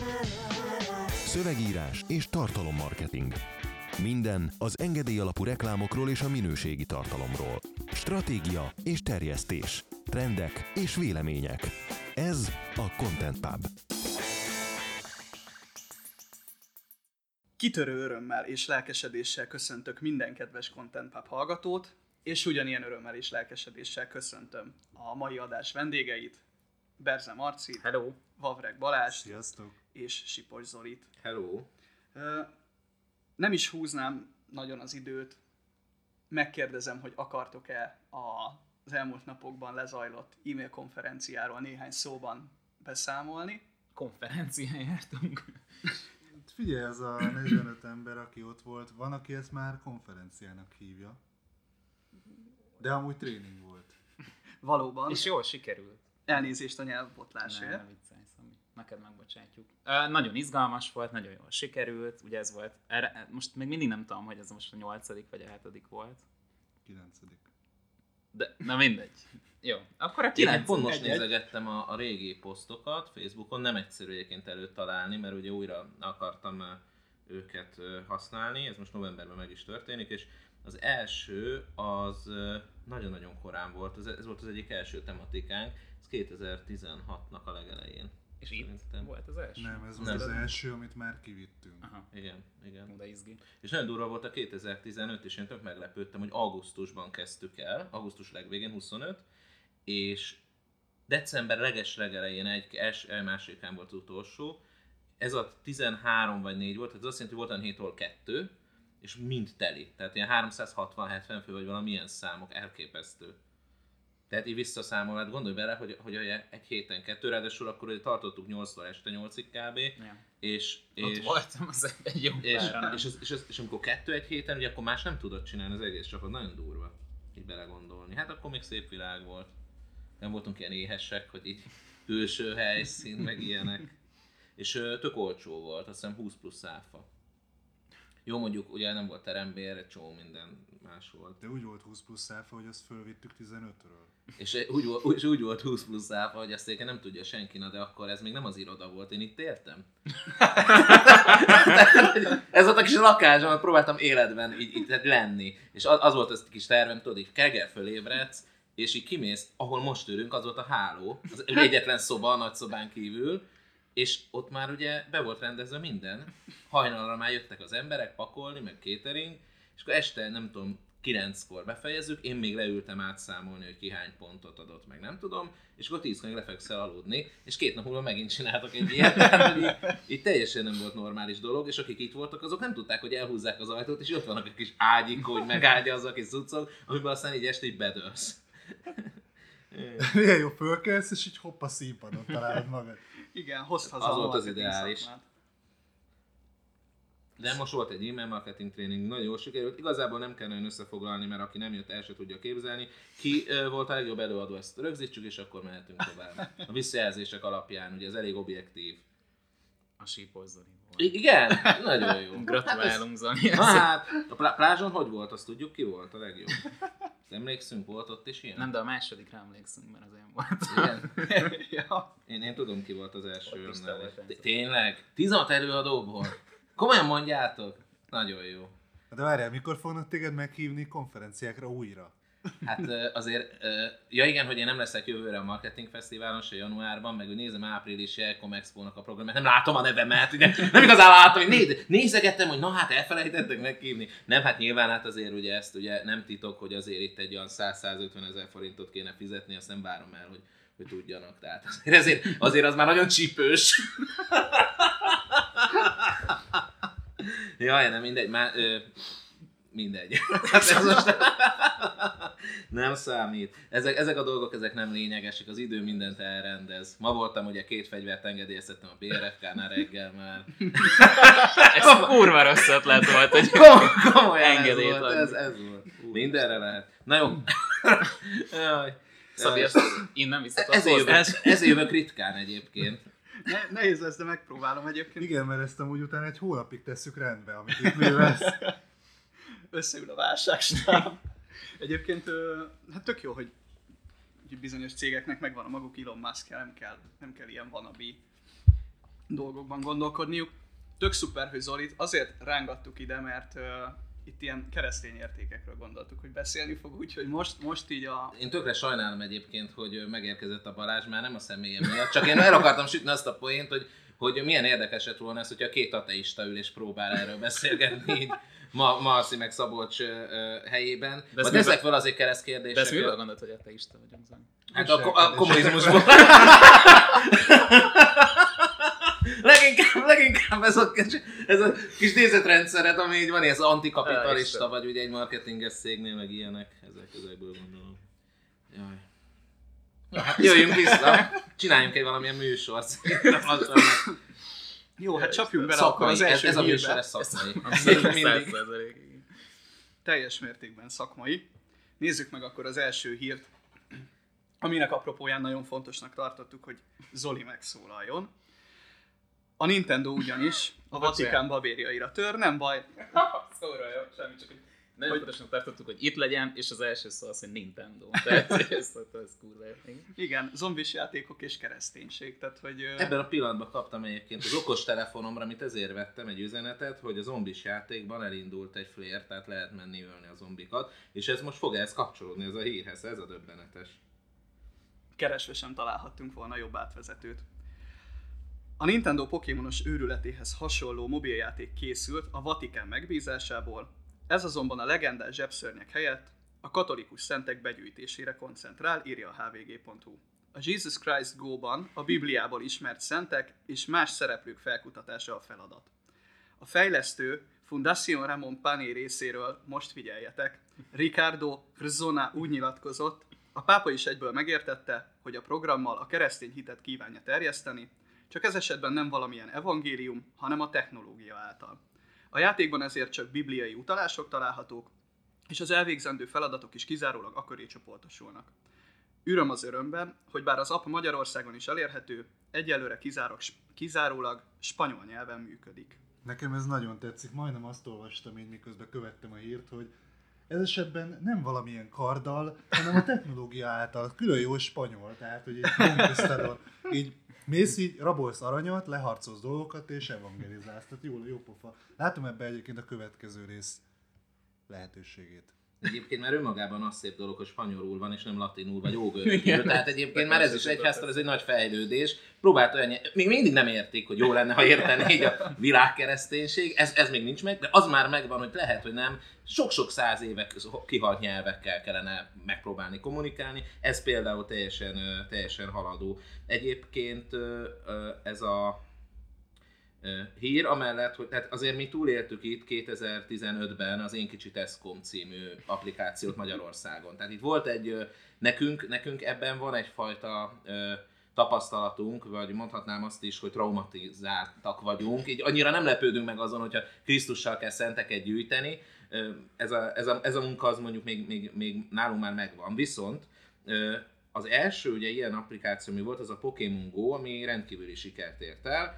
Szövegírás és tartalommarketing. Minden az engedély alapú reklámokról és a minőségi tartalomról. Stratégia és terjesztés. Trendek és vélemények. Ez a Content Pub. Kitörő örömmel és lelkesedéssel köszöntök minden kedves Content Pub hallgatót, és ugyanilyen örömmel és lelkesedéssel köszöntöm a mai adás vendégeit, Berze Marcit, Hello. Vavreg Balást, Sziasztok. és Sipos Zolit. Hello. Nem is húznám nagyon az időt, megkérdezem, hogy akartok-e az elmúlt napokban lezajlott e-mail konferenciáról néhány szóban beszámolni. Konferencián jártunk. Figyelj, ez a 45 ember, aki ott volt, van, aki ezt már konferenciának hívja. De amúgy tréning volt. Valóban. És jól sikerült. Elnézést a nyelvbotlásért. Ne viccelj, Szami. Neked megbocsátjuk. Nagyon izgalmas volt, nagyon jól sikerült. Ugye ez volt, most még mindig nem tudom, hogy ez most a 8. vagy a 7. volt. 9. De, na mindegy. Jó, akkor a 9. 9. Pont most nézegettem a régi posztokat Facebookon, nem egyszerű egyébként előtalálni, mert ugye újra akartam őket használni, ez most novemberben meg is történik, és az első az nagyon-nagyon korán volt, ez volt az egyik első tematikánk, ez 2016-nak a legelején. És itt volt az első? Nem, ez volt az első, amit már kivittünk. Aha. Igen. De izgi. És nagyon durva volt a 2015, és én tök meglepődtem, hogy augusztusban kezdtük el, augusztus legvégén, 25, és december legelején másodikán volt az utolsó, ez a 13 vagy 4 volt, tehát az azt jelenti, hogy volt olyan hétről 2, és mind teli, tehát ilyen 360-70 fő vagy valamilyen számok, elképesztő. Tehát így visszaszámolva, gondolj bele, hogy egy héten 2, ráadásul akkor ugye tartottuk 8-tól este 8-ig kb. Ja. És ott voltam az egy jó pára, és amikor 2 egy héten, ugye akkor más nem tudott csinálni az egész csapat, nagyon durva így belegondolni. Hát akkor még szép világ volt. Nem voltunk ilyen éhesek, hogy így külső helyszín, meg ilyenek. És tök olcsó volt, azt hiszem 20 plusz áfa. Jó, mondjuk ugye nem volt terembér, egy csomó minden más volt. De úgy volt 20 plusz áfa, hogy azt fölvittük 15-ről. És úgy volt 20 plusz áfa, hogy ezt nem tudja senki, de akkor ez még nem az iroda volt, én itt éltem. Ez volt a kis lakás, ahol próbáltam életben így lenni. És az volt az kis tervem, tudod, így reggel fölébredsz, és így kimész, ahol most ülünk, az volt a háló, az egyetlen szoba a nagy szobán kívül, és ott már ugye be volt rendezve minden, hajnalra már jöttek az emberek pakolni, meg catering, és akkor este, nem tudom, 9-kor befejezzük, én még leültem átszámolni, hogy ki hány pontot adott, meg nem tudom, és akkor 10-kor még lefekszel aludni, és 2 nap múlva megint csináltak egy ilyet, tehát így teljesen nem volt normális dolog, és akik itt voltak, azok nem tudták, hogy elhúzzák az ajtót, és ott vannak egy kis ágyik, hogy megágyazza a kis cuccok, amiben aztán így este így bedőlsz. Milyen jó, fölkelsz, és így hopp a színpadon találod magad. Igen, hozd haza Az a volt az marketing ideális. szakmát. De most volt egy e-mail marketing tréning, nagyon jól sikerült. Igazából nem kell nagyon összefoglalni, mert aki nem jött, el se tudja képzelni. Ki volt a legjobb előadó, ezt rögzítsük, és akkor mehetünk tovább. A visszajelzések alapján, ugye ez elég objektív. A Sipos Zoli volt. Igen, nagyon jó. Gratulálunk, Zoli. Hát a plázson hogy volt, azt tudjuk, ki volt a legjobb. Emlékszünk, volt ott is ilyen? Nem, de a másodikra emlékszünk, mert az olyan volt. Igen. Ja. Én tudom, ki volt az első. Ott is te voltál. Tényleg? 16 előadóból? Komolyan mondjátok? Nagyon jó. De várjál, mikor fognak téged meghívni konferenciákra újra? Hát azért, ja igen, hogy én nem leszek jövőre a Marketing Fesztiválon, se januárban, meg hogy nézem áprilisi Ecom Expo-nak a programját, nem látom a nevemet, ugye, nem igazán látom, hogy nézegettem, hogy na hát elfelejtettek meghívni. Nem, hát nyilván hát azért ugye ezt ugye nem titok, hogy azért itt egy olyan 100-150 ezer forintot kéne fizetni, azt nem várom el, hogy tudjanak. Tehát azért az már nagyon csípős. Jaj, nem mindegy, már mindegy. Ez most nem számít. Ezek a dolgok ezek nem lényegesek, az idő mindent elrendez. Ma voltam, ugye 2 fegyvert engedélyeztettem a BRFK-nál reggel már. Ez kurva rossz ötlet volt, hogy Komolyan engedélyt ez volt. Mindenre lehet. Na jó. Szabi, ezt innen visszataszolsz. Ez jövök ritkán egyébként. Nehéz lesz, de megpróbálom egyébként. Igen, mert ezt amúgy utána egy hónapig tesszük rendbe, amit itt művelsz. Összeül a válságstáb. Egyébként hát tök jó, hogy bizonyos cégeknek megvan a maguk Elon Musk-ja, nem kell ilyen wannabe dolgokban gondolkodniuk. Tök szuper, hogy Zolit azért rángattuk ide, mert itt ilyen keresztény értékekről gondoltuk, hogy beszélni fog, úgyhogy most így a... Én tökre sajnálom egyébként, hogy megérkezett a Balázs, már nem a személyem miatt, csak én el akartam sütni azt a poént, hogy milyen érdekes lett volna ez, hogyha két ateista ül és próbál erről beszélgetni így Marci meg Szabolcs helyében. Vagy teszek fel azért keresztkérdéseket. De ezt mivel gondolod, hogy ateista vagyunk, Zani? Hát a kommunizmusból. Leginkább ez a kis nézetrendszeret, ami így van, ez antikapitalista, vagy ugye egy marketinges cégnél, meg ilyenek. Ezekből gondolom. Jaj. Hát jöjjünk vissza, csináljunk egy valamilyen műsort. Jó, hát csapjunk bele szakmai, akkor az első ez a hírbe. műsor, ez szakmai. Mindig. Teljes mértékben szakmai. Nézzük meg akkor az első hírt, aminek apropóján nagyon fontosnak tartottuk, hogy Zoli megszólaljon. A Nintendo ugyanis a Vatikán babérjaira tör, nem baj. Szóra jó, semmi, csak nagyon fontosnak tartottuk, hogy itt legyen, és az első szó az, hogy Nintendo. Tehát ez kurva. Igen, zombis játékok és kereszténység, tehát hogy... Ebben a pillanatban kaptam egyébként az okostelefonomra, amit ezért vettem egy üzenetet, hogy a zombis játékban elindult egy flare, tehát lehet menni ölni a zombikat, és ez most fog ehhez kapcsolódni, ez a hírhez, ez a döbbenetes. Keresve sem találhattunk volna jobb átvezetőt. A Nintendo Pokémonos őrületéhez hasonló mobiljáték készült a Vatikán megbízásából, ez azonban a legendás zsebszörnyek helyett a katolikus szentek begyűjtésére koncentrál, írja a hvg.hu. A Jesus Christ Go-ban a Bibliából ismert szentek és más szereplők felkutatása a feladat. A fejlesztő Fundación Ramón Pané részéről, most figyeljetek, Ricardo Frzona úgy nyilatkozott, a pápa is egyből megértette, hogy a programmal a keresztény hitet kívánja terjeszteni, csak ez esetben nem valamilyen evangélium, hanem a technológia által. A játékban ezért csak bibliai utalások találhatók, és az elvégzendő feladatok is kizárólag akköré csoportosulnak. Öröm az örömben, hogy bár az app Magyarországon is elérhető, egyelőre kizárólag spanyol nyelven működik. Nekem ez nagyon tetszik, majdnem azt olvastam én, miközben követtem a hírt, hogy ez esetben nem valamilyen karddal, hanem a technológia által. Külön jó spanyol, tehát hogy így conquistador. Így mész így, rabolsz aranyat, leharcolsz dolgokat és evangelizálsz. Tehát jó pofa. Látom ebben egyébként a következő rész lehetőségét. Egyébként már önmagában az szép dolog, hogy spanyolul van, és nem latinul, vagy ógörögül. Tehát egyébként már ez is egyháztal, ez egy nagy fejlődés. Próbált olyan, még mindig nem értik, hogy jó lenne, ha érteni így a világkereszténység. Ez még nincs meg, de az már megvan, hogy lehet, hogy nem. Sok-sok száz éve kihalt nyelvekkel kellene megpróbálni kommunikálni. Ez például teljesen haladó. Egyébként ez a hír, amellett, hogy tehát azért mi túléltük itt 2015-ben az Én Kicsi Tescom című applikációt Magyarországon. Tehát itt volt nekünk ebben van egyfajta tapasztalatunk, vagy mondhatnám azt is, hogy traumatizáltak vagyunk. Így annyira nem lepődünk meg azon, hogyha Krisztussal kell szenteket gyűjteni. Ez a munka az mondjuk még nálunk már megvan. Viszont az első ugye ilyen applikáció, mi volt, az a Pokémon Go, ami rendkívüli sikert ért el.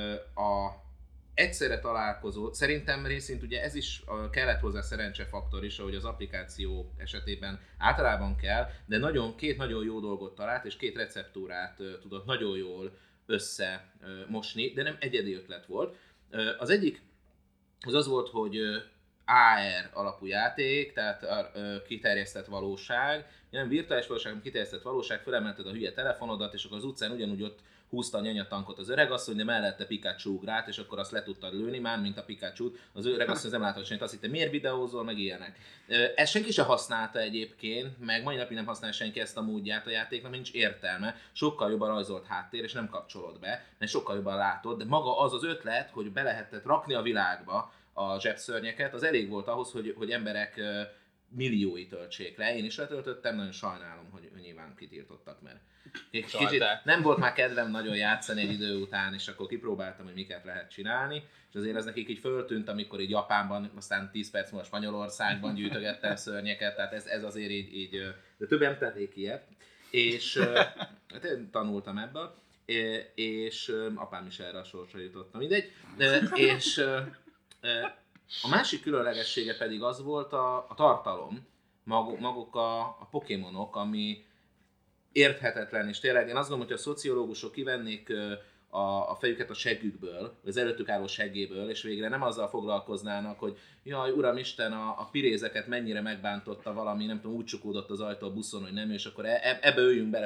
Egyszerre találkozó, szerintem részint ugye ez is kellett hozzá szerencsefaktor is, ahogy az applikáció esetében általában kell, de két nagyon jó dolgot talált, és két receptúrát tudott nagyon jól összemosni, de nem egyedi ötlet volt. Az egyik az volt, hogy AR alapú játék, tehát kiterjesztett valóság, nem virtuális valóság, hanem kiterjesztett valóság, fölemelted a hülye telefonodat, és akkor az utcán ugyanúgy ott húzta a nyanyatankot az öregasszony, de mellette Pikachu ugrált, és akkor azt le tudtad lőni, már mint a Pikachu-t. Az öregasszony nem látott semmit, azt hitte, miért videózol, meg ilyenek. Ezt senki sem használta egyébként, meg mai napig nem használja senki ezt a módját a játéknak, nincs értelme. Sokkal jobban rajzolt háttér, és nem kapcsolod be, mert sokkal jobban látod, de maga az az ötlet, hogy be lehetett rakni a világba a zsebszörnyeket, az elég volt ahhoz, hogy emberek milliói töltsék le. Én is letöltöttem, nagyon sajnálom, hogy nyilván kitiltottak, mert kicsit nem volt már kedvem nagyon játszani egy idő után, és akkor kipróbáltam, hogy miket lehet csinálni, és azért ez nekik így föltűnt, amikor így Japánban, aztán 10 perc múlva Spanyolországban gyűjtögettem szörnyeket, tehát ez azért így de többen tették ilyet, és hát én tanultam ebből, és apám is erre a sorsra jutottam, mindegy, és a másik különlegessége pedig az volt a tartalom, maguk a Pokémonok, ami érthetetlen, és tényleg én azt gondolom, hogy a szociológusok kivennék a fejüket a seggükből, az előttük álló seggéből, és végre nem azzal foglalkoznának, hogy jaj, uramisten, a pirézeket mennyire megbántotta valami, nem tudom, úgy csukódott az ajtó a buszon, hogy nem, és akkor ebbe öljünk bele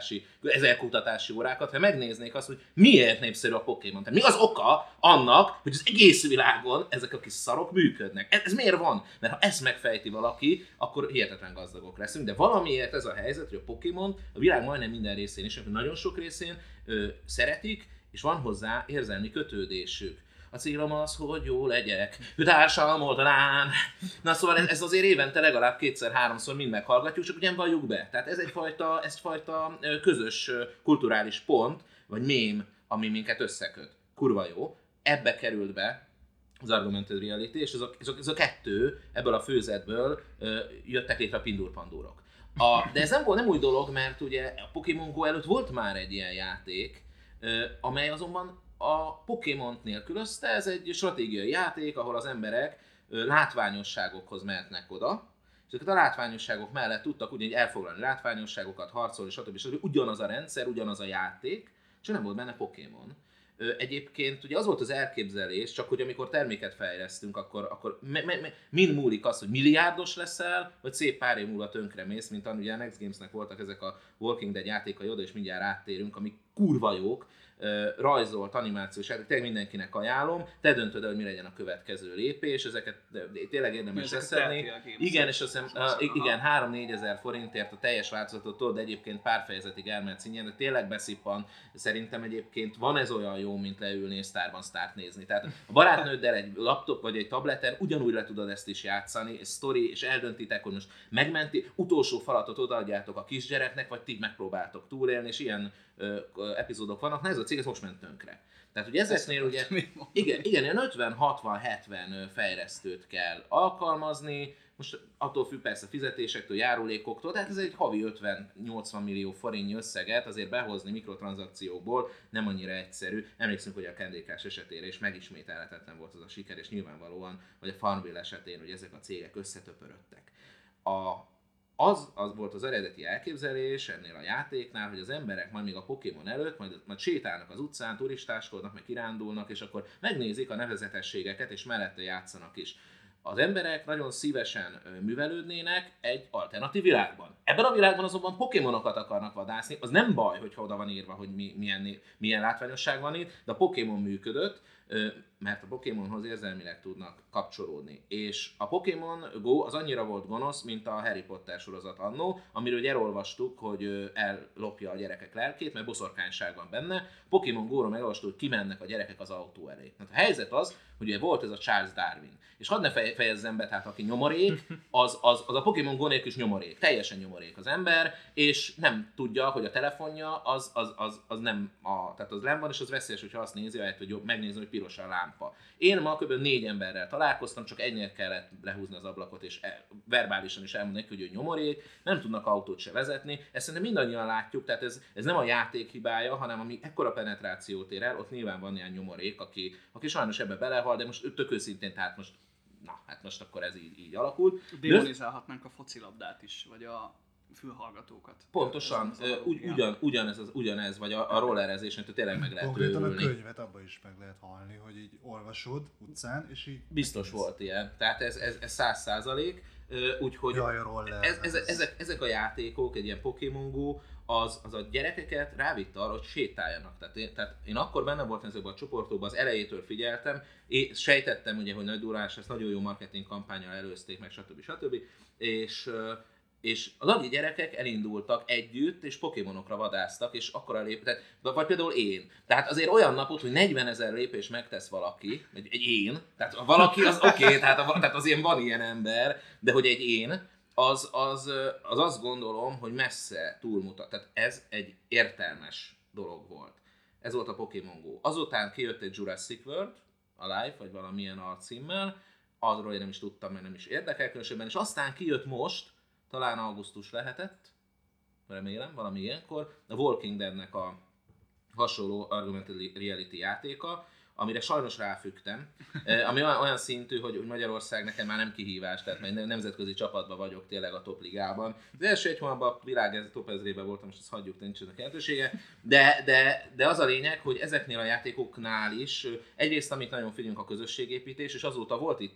ezer kutatási órákat, ha megnéznék azt, hogy miért népszerű a Pokémon. Tehát mi az oka annak, hogy az egész világon ezek a kis szarok működnek. Ez miért van? Mert ha ezt megfejti valaki, akkor hihetetlen gazdagok leszünk, de valamiért ez a helyzet, hogy a Pokémon a világ majdnem minden részén is, nagyon sok részén szeretik, és van hozzá érzelmi kötődésük. A célom az, hogy jó legyek, társam oldalán. Na szóval ez azért évente legalább 2-3-szor mind meghallgatjuk, csak ugyan valljuk be. Tehát ez egyfajta közös kulturális pont, vagy mém, ami minket összeköt. Kurva jó. Ebbe került be az Augmented Reality, és ez a kettő ebből a főzetből jöttek létre a pindurpandúrok. De ez nem új dolog, mert ugye a Pokémon Go előtt volt már egy ilyen játék, amely azonban a Pokémont nélkülözte, ez egy stratégiai játék, ahol az emberek látványosságokhoz mehetnek oda, és ezeket a látványosságok mellett tudtak ugyanígy elfoglalni látványosságokat, harcolni, stb. Ugyanaz a rendszer, ugyanaz a játék, csak nem volt benne Pokémon. Egyébként ugye az volt az elképzelés, csak hogy amikor terméket fejlesztünk, akkor mind múlik az, hogy milliárdos leszel, vagy szép pár év múlva tönkremész, mint ugye a Next Games-nek voltak ezek a Walking Dead játékai, oda és mindjárt áttérünk, amik kurva jók, rajzolt, animációs játék, tényleg mindenkinek ajánlom, te döntöd el, hogy mi legyen a következő lépés, ezeket tényleg érdemes leszedni. Igen, és azt hiszem, 3-4 ezer forintért a teljes változatot tudod, de egyébként pár fejezetig elmehetsz ingyen, de tényleg beszippan. Szerintem egyébként van ez olyan jó, mint leülni és Starban Start nézni. Tehát a barátnőddel egy laptop vagy egy tableten ugyanúgy le tudod ezt is játszani, és sztori, és eldöntitek, hogy most megmenti, utolsó falatot odaadjátok a kisgyereknek, vagy ti megpróbáltok túlélni, és ilyen epizódok vannak. Na ez a cég ez most ment tönkre. Tehát ugye ezeknél ugye, igen, ilyen 50-60-70 fejlesztőt kell alkalmazni, most attól függ persze fizetésektől, járulékoktól, tehát ez egy havi 50-80 millió forintnyi összeget azért behozni mikrotranszakciókból nem annyira egyszerű. Emlékszünk, hogy a Candy Crush esetére is megismételhetetlen volt az a siker, és nyilvánvalóan, hogy a Farmville esetén, hogy ezek a cégek összetöpörödtek. Az volt az eredeti elképzelés ennél a játéknál, hogy az emberek majd még a Pokémon előtt, majd sétálnak az utcán, turistáskodnak, meg kirándulnak, és akkor megnézik a nevezetességeket, és mellette játszanak is. Az emberek nagyon szívesen művelődnének egy alternatív világban. Ebben a világban azonban Pokémonokat akarnak vadászni, az nem baj, hogyha oda van írva, hogy milyen látványosság van itt, de a Pokémon működött, mert a Pokémonhoz érzelmileg tudnak kapcsolódni. És a Pokémon Go az annyira volt gonosz, mint a Harry Potter sorozat annó, amiről ugye elolvastuk, hogy ellopja a gyerekek lelkét, mert boszorkányság van benne. A Pokémon Go-ról megolvastuk, hogy kimennek a gyerekek az autó elé. Hát a helyzet az, hogy ugye volt ez a Charles Darwin. És hadd ne fejezzem be, tehát aki nyomorék, az a Pokémon Go nélkül is nyomorék. Teljesen nyomorék az ember, és nem tudja, hogy a telefonja az nem tehát az nem van, és az veszélyes, hogyha azt nézi, ahelyett, hogy megnézni, hogy piros a lámpa. Én ma kb. 4 emberrel találkoztam, csak egynél kellett lehúzni az ablakot, és verbálisan is elmondani, hogy ő nyomorék, nem tudnak autót se vezetni. Ezt szerintem mindannyian látjuk, tehát ez nem a játék hibája, hanem ami ekkora penetrációt ér el, ott nyilván van ilyen nyomorék, aki sajnos ebbe belehal, de most tök őszintén, tehát most akkor ez így alakult. Démonizálhatnánk a focilabdát is, vagy a fülhallgatókat. Pontosan, ugyanez, vagy a rollerezésnél tényleg meg lehet konkrétan őrülni. A könyvet abba is meg lehet halni, hogy így olvasod utcán, és így... Biztos volt ilyen, tehát ez 100%, úgyhogy Jaj, a roller, ezek a játékok, egy ilyen Pokémon Go, az a gyerekeket rávitte arra, hogy sétáljanak. Tehát én akkor benne voltam ezekben a csoportokban, az elejétől figyeltem, és sejtettem ugye, hogy Nagy Durás ezt nagyon jó marketing kampánnyal előzték meg, stb. És a nagy gyerekek elindultak együtt, és Pokémonokra vadáztak, és akkora vagy például én. Tehát azért olyan napot, hogy 40 000 lépés megtesz valaki, egy én, tehát valaki az oké, tehát azért van ilyen ember, de hogy egy én, az azt gondolom, hogy messze túlmutat. Tehát ez egy értelmes dolog volt. Ez volt a Pokémon Go. Azután kijött egy Jurassic World, a Life, vagy valamilyen alcímmel, arról én nem is tudtam, mert nem is érdekel különösebben, és aztán kijött most, talán augusztus lehetett, remélem, valami ilyenkor, a Walking Deadnek a hasonló Augmented Reality játéka, amire sajnos ráfügtem, ami olyan szintű, hogy Magyarország nekem már nem kihívás, tehát már nemzetközi csapatban vagyok tényleg a top ligában. Az első egy hónapban a világ top ezrében voltam, most ezt hagyjuk, nincs ennek jelentősége, de az a lényeg, hogy ezeknél a játékoknál is egyrészt, amit nagyon figyelünk, a közösségépítés, és azóta volt itt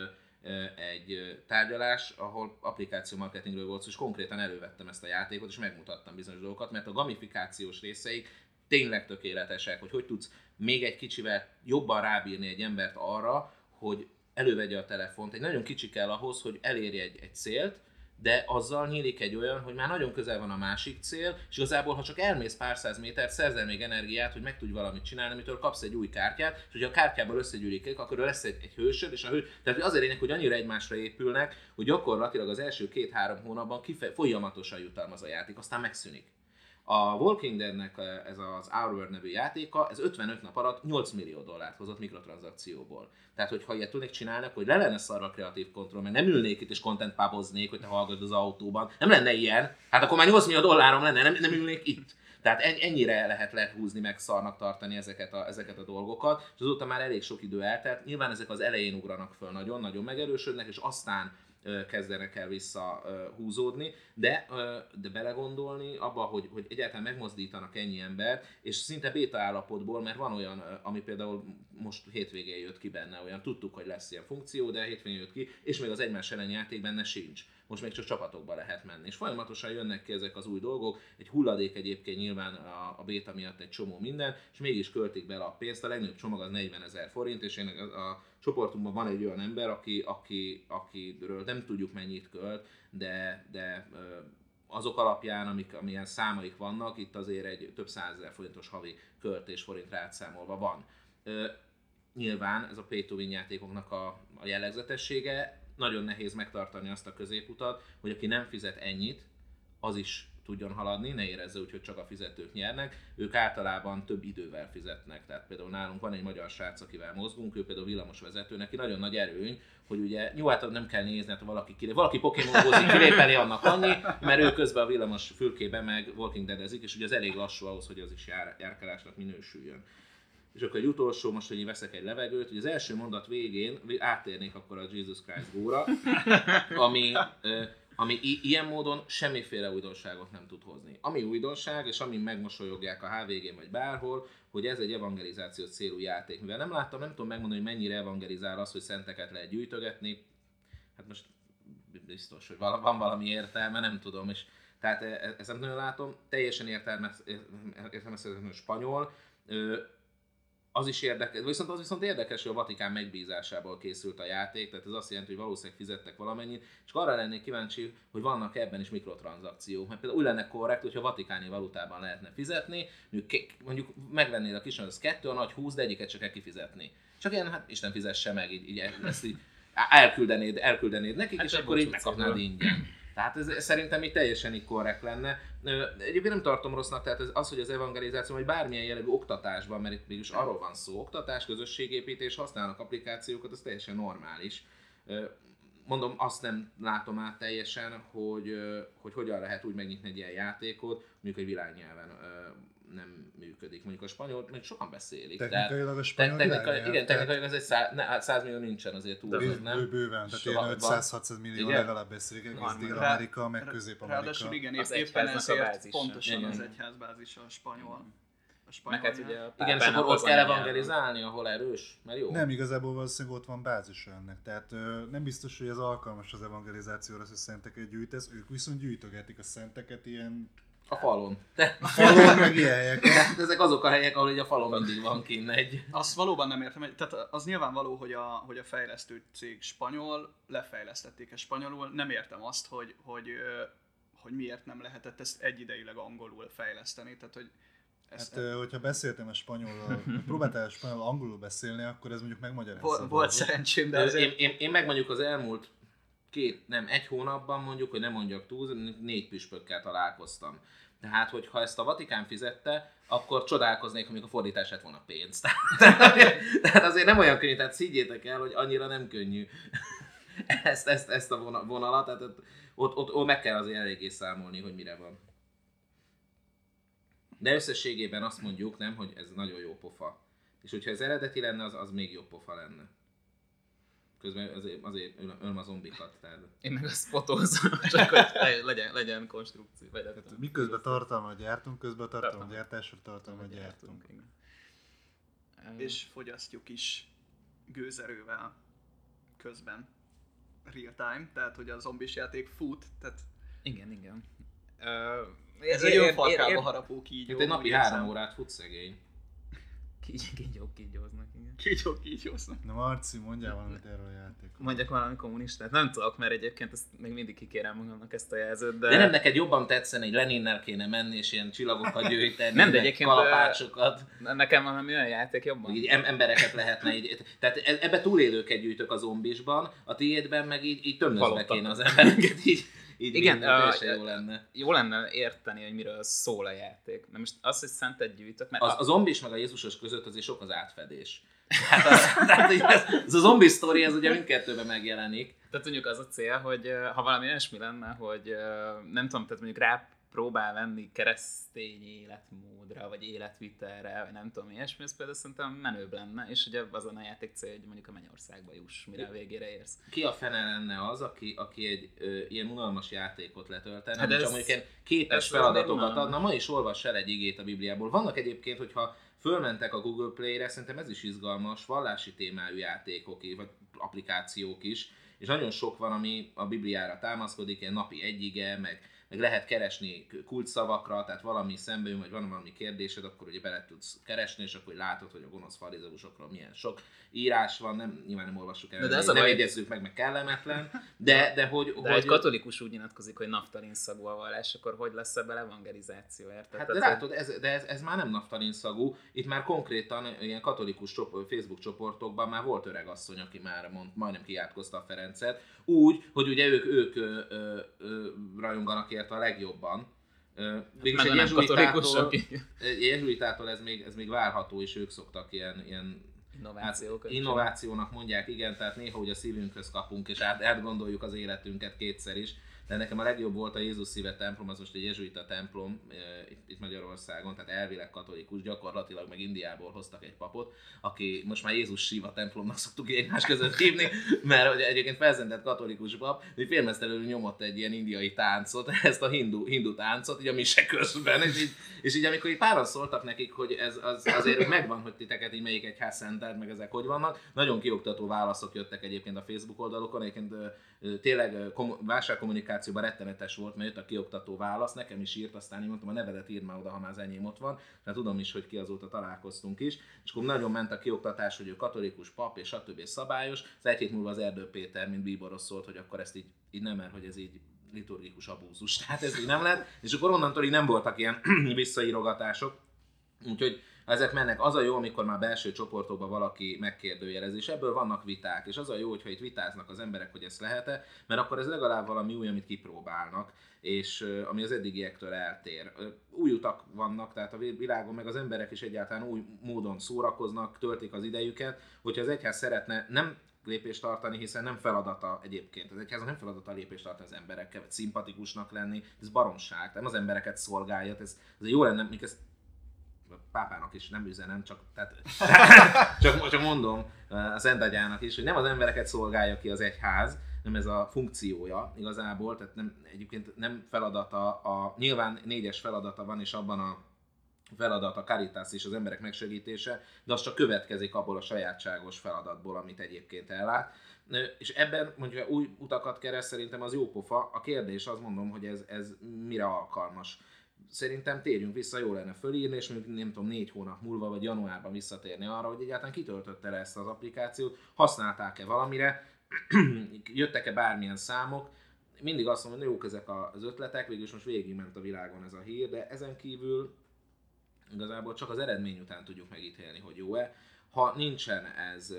egy tárgyalás, ahol applikáció marketingről volt szó, és konkrétan elővettem ezt a játékot, és megmutattam bizonyos dolgokat, mert a gamifikációs részeik tényleg tökéletesek, hogy tudsz még egy kicsivel jobban rábírni egy embert arra, hogy elővegye a telefont. Egy nagyon kicsi kell ahhoz, hogy elérje egy célt, de azzal nyílik egy olyan, hogy már nagyon közel van a másik cél, és igazából, ha csak elmész pár száz métert, szerzel még energiát, hogy meg tudj valamit csinálni, amitől kapsz egy új kártyát, és hogyha a kártyából összegyűlik, akkor lesz egy hősöd, és tehát azért lényeg, hogy annyira egymásra épülnek, hogy gyakorlatilag az első 2-3 hónapban folyamatosan jutalmaz a játék, aztán megszűnik. A Walking Deadnek ez az Our nevű játéka, ez 55 nap alatt $8 millió hozott mikrotranszakcióból. Tehát, hogyha ilyet tudnék csinálni, akkor le lenne szarva a kreatív kontroll, mert nem ülnék itt és content puboznék, hogy te hallgassd az autóban. Nem lenne ilyen. Hát akkor már $8 millió lenne, nem ülnék itt. Tehát ennyire lehet lehúzni, meg szarnak tartani ezeket a dolgokat, és azóta már elég sok idő eltelt. Nyilván ezek az elején ugranak föl nagyon megerősödnek, és aztán kezdenek el visszahúzódni, de belegondolni abba, hogy egyáltalán megmozdítanak ennyi embert, és szinte béta állapotból, mert van olyan, ami például most hétvégén jött ki benne, olyan tudtuk, hogy lesz ilyen funkció, de hétvégén jött ki, és még az egymás elleni játék benne sincs. Most még csak csapatokba lehet menni. És folyamatosan jönnek ki ezek az új dolgok, egy hulladék egyébként nyilván a béta miatt egy csomó minden, és mégis költik bele a pénzt. A legnagyobb csomag az 40 000 forint, és én a csoportunkban van egy olyan ember, akiről nem tudjuk mennyit költ, de azok alapján, amilyen számaik vannak, itt azért egy több 100 000 forintos havi költés forintra átszámolva van. Nyilván ez a pay-to-win játékoknak a jellegzetessége, nagyon nehéz megtartani azt a középutat, hogy aki nem fizet ennyit, az is tudjon haladni, ne érezze úgy, hogy csak a fizetők nyernek, ők általában több idővel fizetnek. Tehát például nálunk van egy magyar srác, akivel mozgunk, ő például villamosvezető, neki nagyon nagy erőny, hogy ugye nyugodtan nem kell nézni, hát valaki Pokémon-gózik, kilépeli, annak annyi, mert ő közben a villamos fülkében meg Walking Dead-ezik, és ugye az elég lassú ahhoz, hogy az is járkálásnak minősüljön. És akkor egy utolsó, most, hogy én veszek egy levegőt, hogy az első mondat végén áttérnék akkor a Jesus Christ Go-ra, ami ilyen módon semmiféle újdonságot nem tud hozni. Ami újdonság, és ami megmosolyogják a HVG-n vagy bárhol, hogy ez egy evangelizációs célú játék. Mivel nem tudom megmondani, hogy mennyire evangelizál az, hogy szenteket lehet gyűjtögetni, hát most biztos, hogy van valami értelme, nem tudom, és tehát ezt nem nagyon látom. Teljesen értelmezhetetlenül spanyol, az is érdekes, az viszont érdekes, hogy a Vatikán megbízásából készült a játék, tehát ez azt jelenti, hogy valószínűleg fizettek valamennyit, és arra lennék kíváncsi, hogy vannak ebben is mikrotranszakciók, mert például úgy lenne korrekt, hogyha vatikáni valutában lehetne fizetni, mondjuk megvennéd a kis, az 2, a nagy 20, de egyiket csak kell kifizetni. Csak ilyen, hát Isten fizesse meg, így ezt így elküldenéd nekik, hát és akkor így megkapnád ingyen. Tehát ez szerintem így teljesen így korrekt lenne. Egyébként nem tartom rossznak, tehát az, hogy az evangelizáció, vagy bármilyen jellegű oktatásban, mert itt mégis arról van szó, oktatás, közösségépítés, használnak applikációkat, ez teljesen normális. Mondom, azt nem látom át teljesen, hogy hogyan lehet úgy megnyitni egy ilyen játékot, mondjuk egy világnyelven nem működik. Mondjuk a spanyol, még sokan beszélik. Technikailag a spanyol igen, technikailag ez egy 100 millió nincsen azért túl, nem? Bőven, tehát ilyen 500-600 millió legalább beszélik, egész Dél-Amerika, meg Közép-Amerika. Ráadásul igen, éppen ezért pontosan az egyházbázis a spanyol. Igen, és akkor ott kell evangelizálni, ahol erős, mert jó. Nem, igazából valószínűleg ott van bázis ennek. Tehát nem biztos, hogy ez alkalmas az evangelizációra, hogy szenteket gyűjtesz, ők viszont gyűjtögetik a szenteket ilyen... A falon. A falon meg ilyen helyeken. Ezek azok a helyek, ahol így a falon mindig van kint egy. Azt valóban nem értem, tehát az nyilvánvaló, hogy a fejlesztő cég spanyol, lefejlesztették ezt spanyolul, nem értem azt, hogy miért nem lehetett ezt egyidejileg angolul fejleszteni, tehát hogy hogyha beszéltem a spanyolról, próbáltál a spanyol angolul beszélni, akkor ez mondjuk megmagyarázza. Volt szerencsém, de azért... Én meg mondjuk az elmúlt egy hónapban mondjuk, hogy nem mondjak túl, 4 püspökkel találkoztam. Tehát, hogyha ezt a Vatikán fizette, akkor csodálkoznék, amikor a fordítás lett volna pénz. Tehát azért nem olyan könnyű, tehát szígyétek el, hogy annyira nem könnyű ezt a vonalat, tehát ott meg kell azért eléggé számolni, hogy mire van. De összességében azt mondjuk, nem, hogy ez nagyon jó pofa. És hogyha ez eredeti lenne, az még jobb pofa lenne. Közben azért ölöm a zombikat. Tehát... Én meg azt fotózom, csak hogy legyen konstrukció. Hát, miközben tartalmat gyártunk, közben a tartalomgyártásra tartalmat gyártunk. És fogyasztjuk is gőzerővel közben real time, tehát hogy a zombis játék fut, tehát Igen. ez egy önfarkába harapó kígyó. Hát egy napi 3 órát fut szegény. Kígyóznak, igen. Kígyóznak. Na Marci, mondjál valamit erről a játékról. Mondjak valami kommunistát? Nem tudok, mert egyébként ezt még mindig kikérem magamnak ezt a jelzőt, De nem neked jobban tetszene, hogy Leninnel kéne menni, és ilyen csillagokat gyűjteni, nem, de egyébként kalapácsokat. Nekem valami olyan játék jobban. Így embereket lehetne így. Tehát ebbe túlélőket gyűjtök a zombisban, a tiédben meg így tömlözve kéne az embereket így. Igen, jó lenne. Jó lenne érteni, hogy miről szól a játék. De most az, hogy szentet gyűjtök, mert... A zombis meg a Jézusos között azért sok az átfedés. Ez a zombi sztori, ez ugye mindkettőben megjelenik. Tehát mondjuk az a cél, hogy ha valami olyasmi lenne, hogy nem tudom, tehát mondjuk próbál venni keresztény életmódra, vagy életvitelre, vagy nem tudom, ilyesmi, ez például szerintem menőbb lenne, és ugye azon a játék cél, hogy mondjuk a mennyországba juss, mire a végére érsz. Ki a fene lenne az, aki egy ilyen unalmas játékot letöltene, hát csak mondjuk ilyen képes feladatokat adna, ma is olvass el egy igét a Bibliából. Vannak egyébként, hogyha fölmentek a Google Play-re, szerintem ez is izgalmas, vallási témájú játékok, vagy applikációk is, és nagyon sok van, ami a Bibliára támaszkodik, ilyen napi egy ige, meg lehet keresni kulcsszavakra, tehát valami szembe jön, vagy van valami kérdésed, akkor ugye bele tudsz keresni, és akkor látod, hogy a gonosz farizeusokról milyen sok írás van, nyilván nem olvassuk el, nem egyezzük meg kellemetlen, de hogy egy katolikus úgy nyilatkozik, hogy naftalin szagú a vallás, akkor hogy lesz ebből evangelizáció, érted? Hát de látod, ez már nem naftalin szagú, itt már konkrétan ilyen katolikus Facebook csoportokban már volt öregasszony, aki már majdnem kiátkozta a Ferencet, úgy, hogy ugye ők rajonganak érte a legjobban. Végülis egy jezsuitától ez még várható, és ők szoktak ilyen innovációnak mondják, igen, tehát néha ugye a szívünkhöz kapunk, és átgondoljuk az életünket kétszer is. De nekem a legjobb volt a Jézus Szíve templom, az most egy jezsuita templom itt Magyarországon, tehát elvileg katolikus, gyakorlatilag meg Indiából hoztak egy papot, aki most már Jézus Síva templomnak szoktuk egymás között hívni, mert egyébként felszentett katolikus pap, hogy félmeztelenül nyomott egy ilyen indiai táncot, ezt a hindu táncot, így a mise közben, és így amikor így páran szóltak nekik, hogy ez azért megvan, hogy titeket így melyik egyház szentelt, meg ezek hogy vannak, nagyon kioktató válaszok jöttek egyébként a Facebook oldalukon, egyébként tényleg válságkommunikációban rettenetes volt, mert jött a kioktató válasz, nekem is írt, aztán én mondtam, a nevedet írd már oda, ha már az enyém ott van, mert tudom is, hogy ki azóta találkoztunk is, és akkor nagyon ment a kioktatás, hogy ő katolikus pap, és stb. És szabályos, az egy hét múlva az Erdő Péter, mint bíboros szólt, hogy akkor ezt így nem, mert hogy ez így liturgikus abúzus, tehát ez így nem lett, és akkor onnantól így nem voltak ilyen visszaírogatások, úgyhogy ezek mennek. Az a jó, amikor már belső csoportokban valaki megkérdőjelez, és ebből vannak viták, és az a jó, hogyha itt vitáznak az emberek, hogy ezt lehet-e, mert akkor ez legalább valami új, amit kipróbálnak, és ami az eddigiektől eltér. Új utak vannak, tehát a világon meg az emberek is egyáltalán új módon szórakoznak, töltik az idejüket, hogyha az egyház szeretne nem lépést tartani, hiszen nem feladata egyébként. Az egyház nem feladata lépést tartani az emberekkel, vagy szimpatikusnak lenni, ez baromság, nem az embereket szolgálja, ez jó lenne, mikor ezt a pápának is nem üzenem, csak mondom a Szent Atyának is, hogy nem az embereket szolgálja ki az egyház, nem ez a funkciója igazából, tehát egyébként nem feladata, nyilván 4-es feladata van, és abban a feladat a caritas és az emberek megsegítése, de az csak következik abból a sajátságos feladatból, amit egyébként ellát. És ebben mondjuk új utakat keres, szerintem az jó pofa. A kérdés azt mondom, hogy ez mire alkalmas. Szerintem térjünk vissza, jó lenne fölírni, és mondjuk nem tudom 4 hónap múlva, vagy januárban visszatérni arra, hogy egyáltalán kitöltötte le ezt az applikációt, használták-e valamire, jöttek-e bármilyen számok. Mindig azt mondom, hogy jók ezek az ötletek, végülis most végigment a világon ez a hír, de ezen kívül igazából csak az eredmény után tudjuk megítélni, hogy jó-e. Ha nincsen ez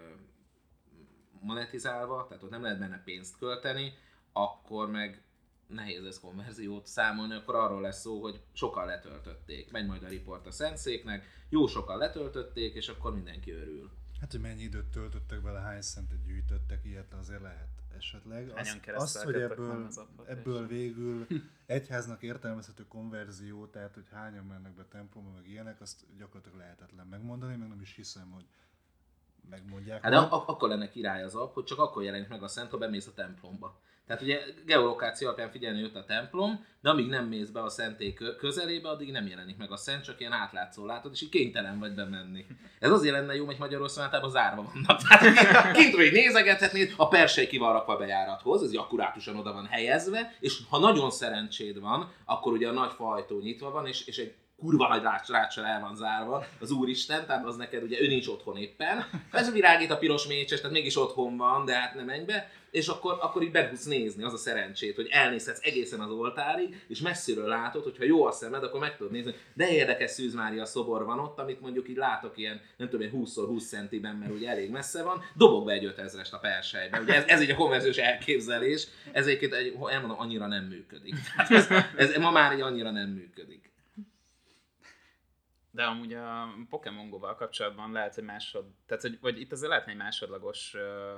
monetizálva, tehát ott nem lehet benne pénzt költeni, akkor meg nehéz lesz konverziót számolni, akkor arról lesz szó, hogy sokan letöltötték. Megy majd a riport a Szentszéknek, jó sokan letöltötték, és akkor mindenki örül. Hát, hogy mennyi időt töltöttek bele, hány centet gyűjtöttek, ilyet azért lehet esetleg. Az, hogy ebből végül egyháznak értelmezhető konverzió, tehát hogy hányan mennek be templomba, meg ilyenek, azt gyakorlatilag lehetetlen megmondani, meg nem is hiszem, hogy megmondják. Hát de akkor lenne király az app, hogy csak akkor jelenik meg a szent, ha bemész a templomba. Tehát ugye geolokáció alapján figyelni jött a templom, de amíg nem mész be a szentély közelébe, addig nem jelenik meg a szent, csak ilyen átlátszó látod, és így kénytelen vagy bemenni. Ez azért lenne jó, hogy Magyarországon általában zárva vannak. Tehát kintről így nézegethetnéd, a persely ki van rakva bejárathoz, ez így akkurátusan oda van helyezve, és ha nagyon szerencséd van, akkor ugye a nagy fajtó nyitva van, és egy kurva nagy ráccsal el van zárva az Úristen, tehát az neked ugye ő nincs otthon éppen. Ez virágít a piros mécses, tehát mégis otthon van, de hát nem menj be. És akkor így be tudsz nézni, az a szerencsét, hogy elnézhetsz egészen az oltárig, és messziről látod, hogyha jó a szemed, akkor meg tudod nézni, de érdekes Szűz Mária szobor van ott, amit mondjuk így látok ilyen, nem tudom, 20x20 centiben, mert ugye elég messze van, dobok be egy 5000-est a perselybe. Ugye ez így a konverziós elképzelés, ez egyébként, elmondom, annyira nem működik. Ez ma már így annyira nem működik. De amúgy a Pokémon Go-val kapcsolatban lehet, hogy vagy itt azért lehetne egy másodlagos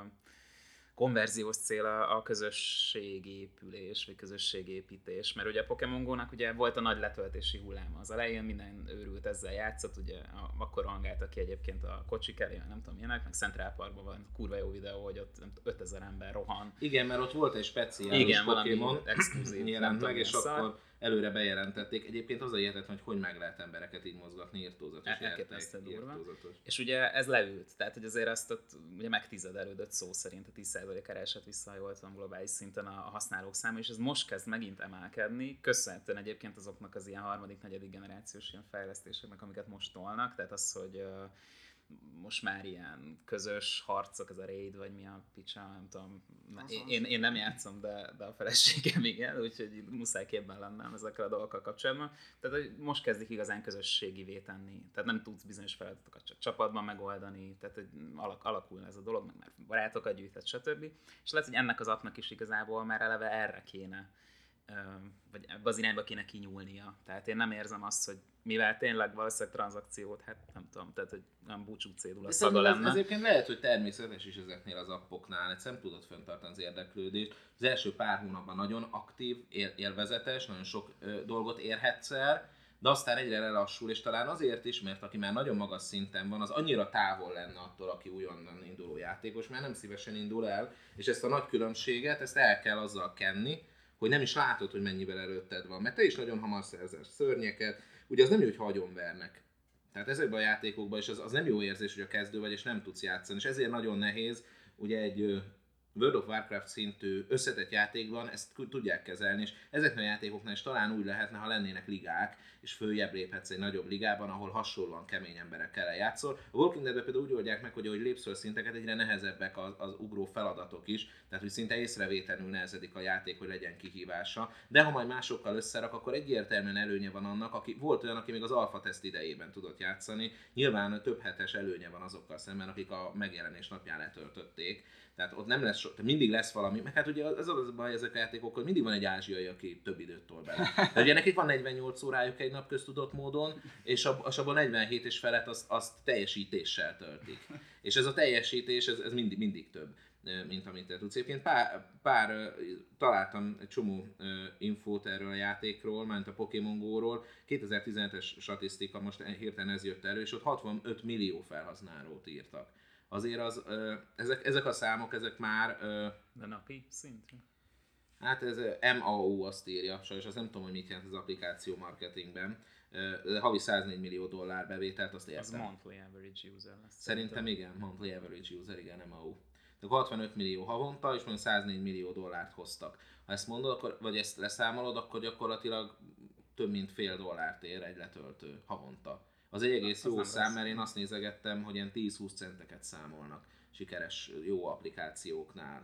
konverziós cél a közösségépülés, vagy közösségépítés, mert ugye a Pokémon Go-nak ugye volt a nagy letöltési hulláma az elején, minden őrült ezzel játszott, ugye akkor hangáltak ki egyébként a kocsik elé, nem tudom milyenek, meg Central Parkban van kurva jó videó, hogy ott 5000 ember rohan. Igen, mert ott volt egy speciális Pokémon, exkluzív, jelent meg, és akkor előre bejelentették. Egyébként az a hihetetlen, hogy meg lehet embereket így mozgatni, írtózatos játék. És ugye ez leült, tehát hogy azért azt ott ugye megtizedelődött szó szerint, a 10%-ára esett vissza, ha jól tudom, globális szinten a használók száma, és ez most kezd megint emelkedni, köszönhetően egyébként azoknak az ilyen harmadik, negyedik generációs ilyen fejlesztéseknek, amiket most tolnak, tehát az, hogy most már ilyen közös harcok, ez a raid, vagy mi a picsa, nem tudom. Én nem játszom, de a feleségem igen, úgyhogy muszáj képben lennem ezekkel a dolgokkal kapcsolatban. Tehát hogy most kezdik igazán közösségivé tenni. Tehát nem tudsz bizonyos feladatokat csak csapatban megoldani, tehát hogy alakul ez a dolog, meg már barátokat gyűjthet, stb. És lehet, hogy ennek az appnak is igazából már eleve erre kéne, vagy ebbe az irányba kéne kinyúlnia. Tehát én nem érzem azt, hogy mivel tényleg valószínűleg tranzakciót, hát nem tudom, tehát hogy olyan búcsú cédula szaga lenne. Ez egyébként lehet, hogy természetes is ezeknél az appoknál, egyszerűen tudod fenntartani az érdeklődést. Az első pár hónapban nagyon aktív, élvezetes, nagyon sok dolgot érhetsz el, de aztán egyre lelassul, és talán azért is, mert aki már nagyon magas szinten van, az annyira távol lenne attól, aki újonnan induló játékos, mert nem szívesen indul el, és ezt a nagy különbséget, ezt el kell azzal kenni, hogy nem is látod, hogy mennyivel előtted van, mert te is nagyon hamar szerzel szörnyeket, ugye az nem jó, hogy hagyonvernek. Tehát ezekben a játékokban is az nem jó érzés, hogy a kezdő vagy és nem tudsz játszani, és ezért nagyon nehéz, ugye egy World of Warcraft szintű összetett játékban ezt tudják kezelni, és ezeknél a játékoknál is talán úgy lehetne, ha lennének ligák, és följebb léphetsz egy nagyobb ligában, ahol hasonlóan kemény emberekkel játszol. A Walking Deadben például úgy oldják meg, hogy ahogy lépsz föl szinteket, egyre nehezebbek az ugró feladatok is, tehát hogy szinte észrevétlenül nehezedik a játék, hogy legyen kihívása. De ha majd másokkal összerak, akkor egyértelműen előnye van annak, volt olyan, aki még az alfa teszt idejében tudott játszani. Nyilván több hetes előnye van azokkal szemben, akik a megjelenés napján letöltötték. Tehát ott nem lesz mindig lesz valami, meg hát ugye az a baj ezek a játékok, hogy mindig van egy ázsiai, aki több időt tol bele. Tehát ugye nekik van 48 órájuk egy nap köztudott módon, és abban 47 és felett azt teljesítéssel töltik. És ez a teljesítés, ez mindig több, mint amit te tudsz. Egyébként találtam egy csomó infót erről a játékról, mint a Pokémon Go-ról. 2017-es statisztika, most hirtelen ez jött elő, és ott 65 millió felhasználót írtak. Azért ezek a számok, ezek már... De napi szintre? Hát ez MAU azt írja, sajnos azt nem tudom, hogy mit jelent az applikáció marketingben. Havi $104 millió bevételt, azt értem. Az monthly average user lesz. Szerintem igen, monthly average user, igen, MAU. De 65 millió havonta, és mondjuk $104 millió hoztak. Ha ezt mondod, akkor, vagy ezt leszámolod, akkor gyakorlatilag több mint $0,50 ér egy letöltő havonta. Az egy egész jó szám, mert én azt nézegettem, hogy ilyen 10-20 centeket számolnak sikeres, jó applikációknál.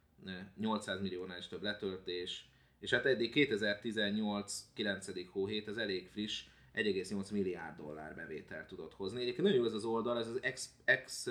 800 milliónál is több letöltés, és hát eddig 2018 9. hóhét, ez elég friss, $1,8 milliárd bevételt tudott hozni. Egyébként nagyon jó ez az oldal, ez az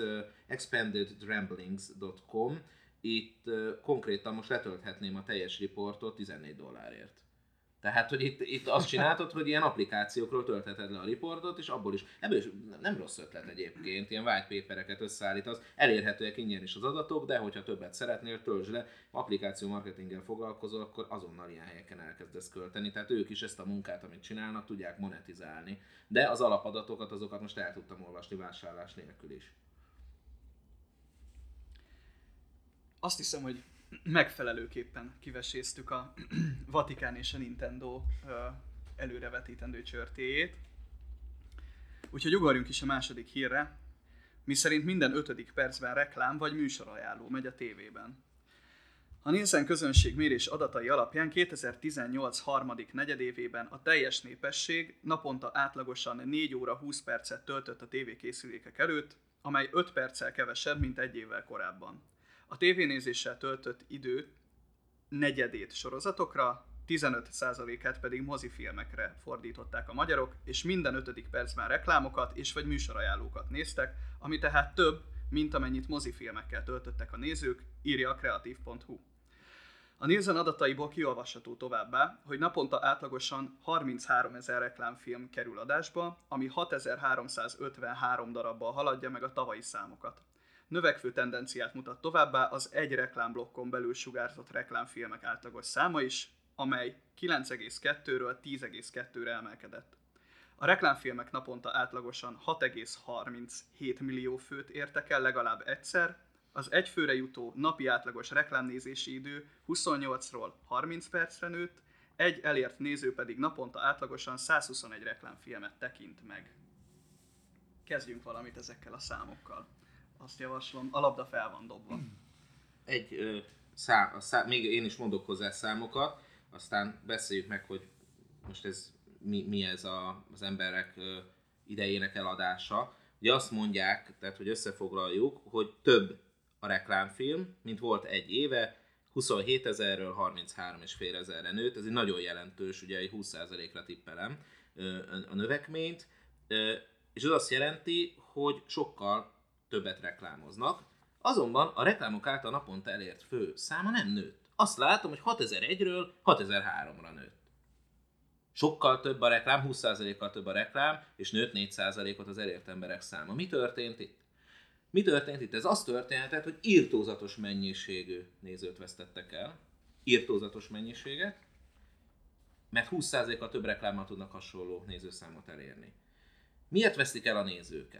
expandedramblings.com, itt konkrétan most letölthetném a teljes riportot $14. Tehát, hogy itt azt csináltad, hogy ilyen applikációkról töltheted le a riportot, és ebből is nem rossz ötlet egyébként, ilyen white papereket összeállítasz, elérhetőek ingyen is az adatok, de hogyha többet szeretnél, töltsd le, applikáció marketinggel foglalkozol, akkor azonnal ilyen helyeken elkezdesz költeni, tehát ők is ezt a munkát, amit csinálnak, tudják monetizálni. De az alapadatokat, azokat most el tudtam olvasni vásárlás nélkül is. Azt hiszem, hogy megfelelőképpen kiveséztük a Vatikán és a Nintendo előrevetítendő csörtéjét. Úgyhogy ugorjunk is a második hírre, miszerint minden 5. percben reklám vagy műsorajánló megy a tévében. A Nielsen közönségmérés adatai alapján 2018 harmadik negyedévében a teljes népesség naponta átlagosan 4 óra 20 percet töltött a tévékészülékek előtt, amely 5 perccel kevesebb, mint egy évvel korábban. A tévénézéssel töltött idő negyedét sorozatokra, 15%-át pedig mozifilmekre fordították a magyarok, és minden 5. percben reklámokat és vagy műsorajánlókat néztek, ami tehát több, mint amennyit mozifilmekkel töltöttek a nézők, írja a kreatív.hu. A Nielsen adataiból kiolvasható továbbá, hogy naponta átlagosan 33 000 reklámfilm kerül adásba, ami 6353 darabbal haladja meg a tavalyi számokat. Növekvő tendenciát mutat továbbá az egy reklámblokkon belül sugárzott reklámfilmek átlagos száma is, amely 9,2-ről 10,2-re emelkedett. A reklámfilmek naponta átlagosan 6,37 millió főt értek el legalább egyszer, az egyfőre jutó napi átlagos reklámnézési idő 28-ról 30 percre nőtt, egy elért néző pedig naponta átlagosan 121 reklámfilmet tekint meg. Kezdjünk valamit ezekkel a számokkal. Azt javaslom, a labda fel van dobva. Még én is mondok hozzá számokat, aztán beszéljük meg, hogy most ez mi ez az emberek idejének eladása. Ugye azt mondják, tehát hogy összefoglaljuk, hogy több a reklámfilm, mint volt egy éve, 27 000-ről 33,5 000-re nőtt, ez egy nagyon jelentős, ugye egy 20%-ra tippelem a növekményt, és ez azt jelenti, hogy sokkal többet reklámoznak, azonban a reklámok által naponta elért fő száma nem nőtt. Azt látom, hogy 6001-ről 6003-ra nőtt. Sokkal több a reklám, 20%-kal több a reklám, és nőtt 4%-ot az elért emberek száma. Mi történt itt? Mi történt itt? Ez az történhetett, hogy irtózatos mennyiségű nézőt vesztettek el. Irtózatos mennyiséget, mert 20%-kal több reklámmal tudnak hasonló nézőszámot elérni. Miért vesztik el a nézőket?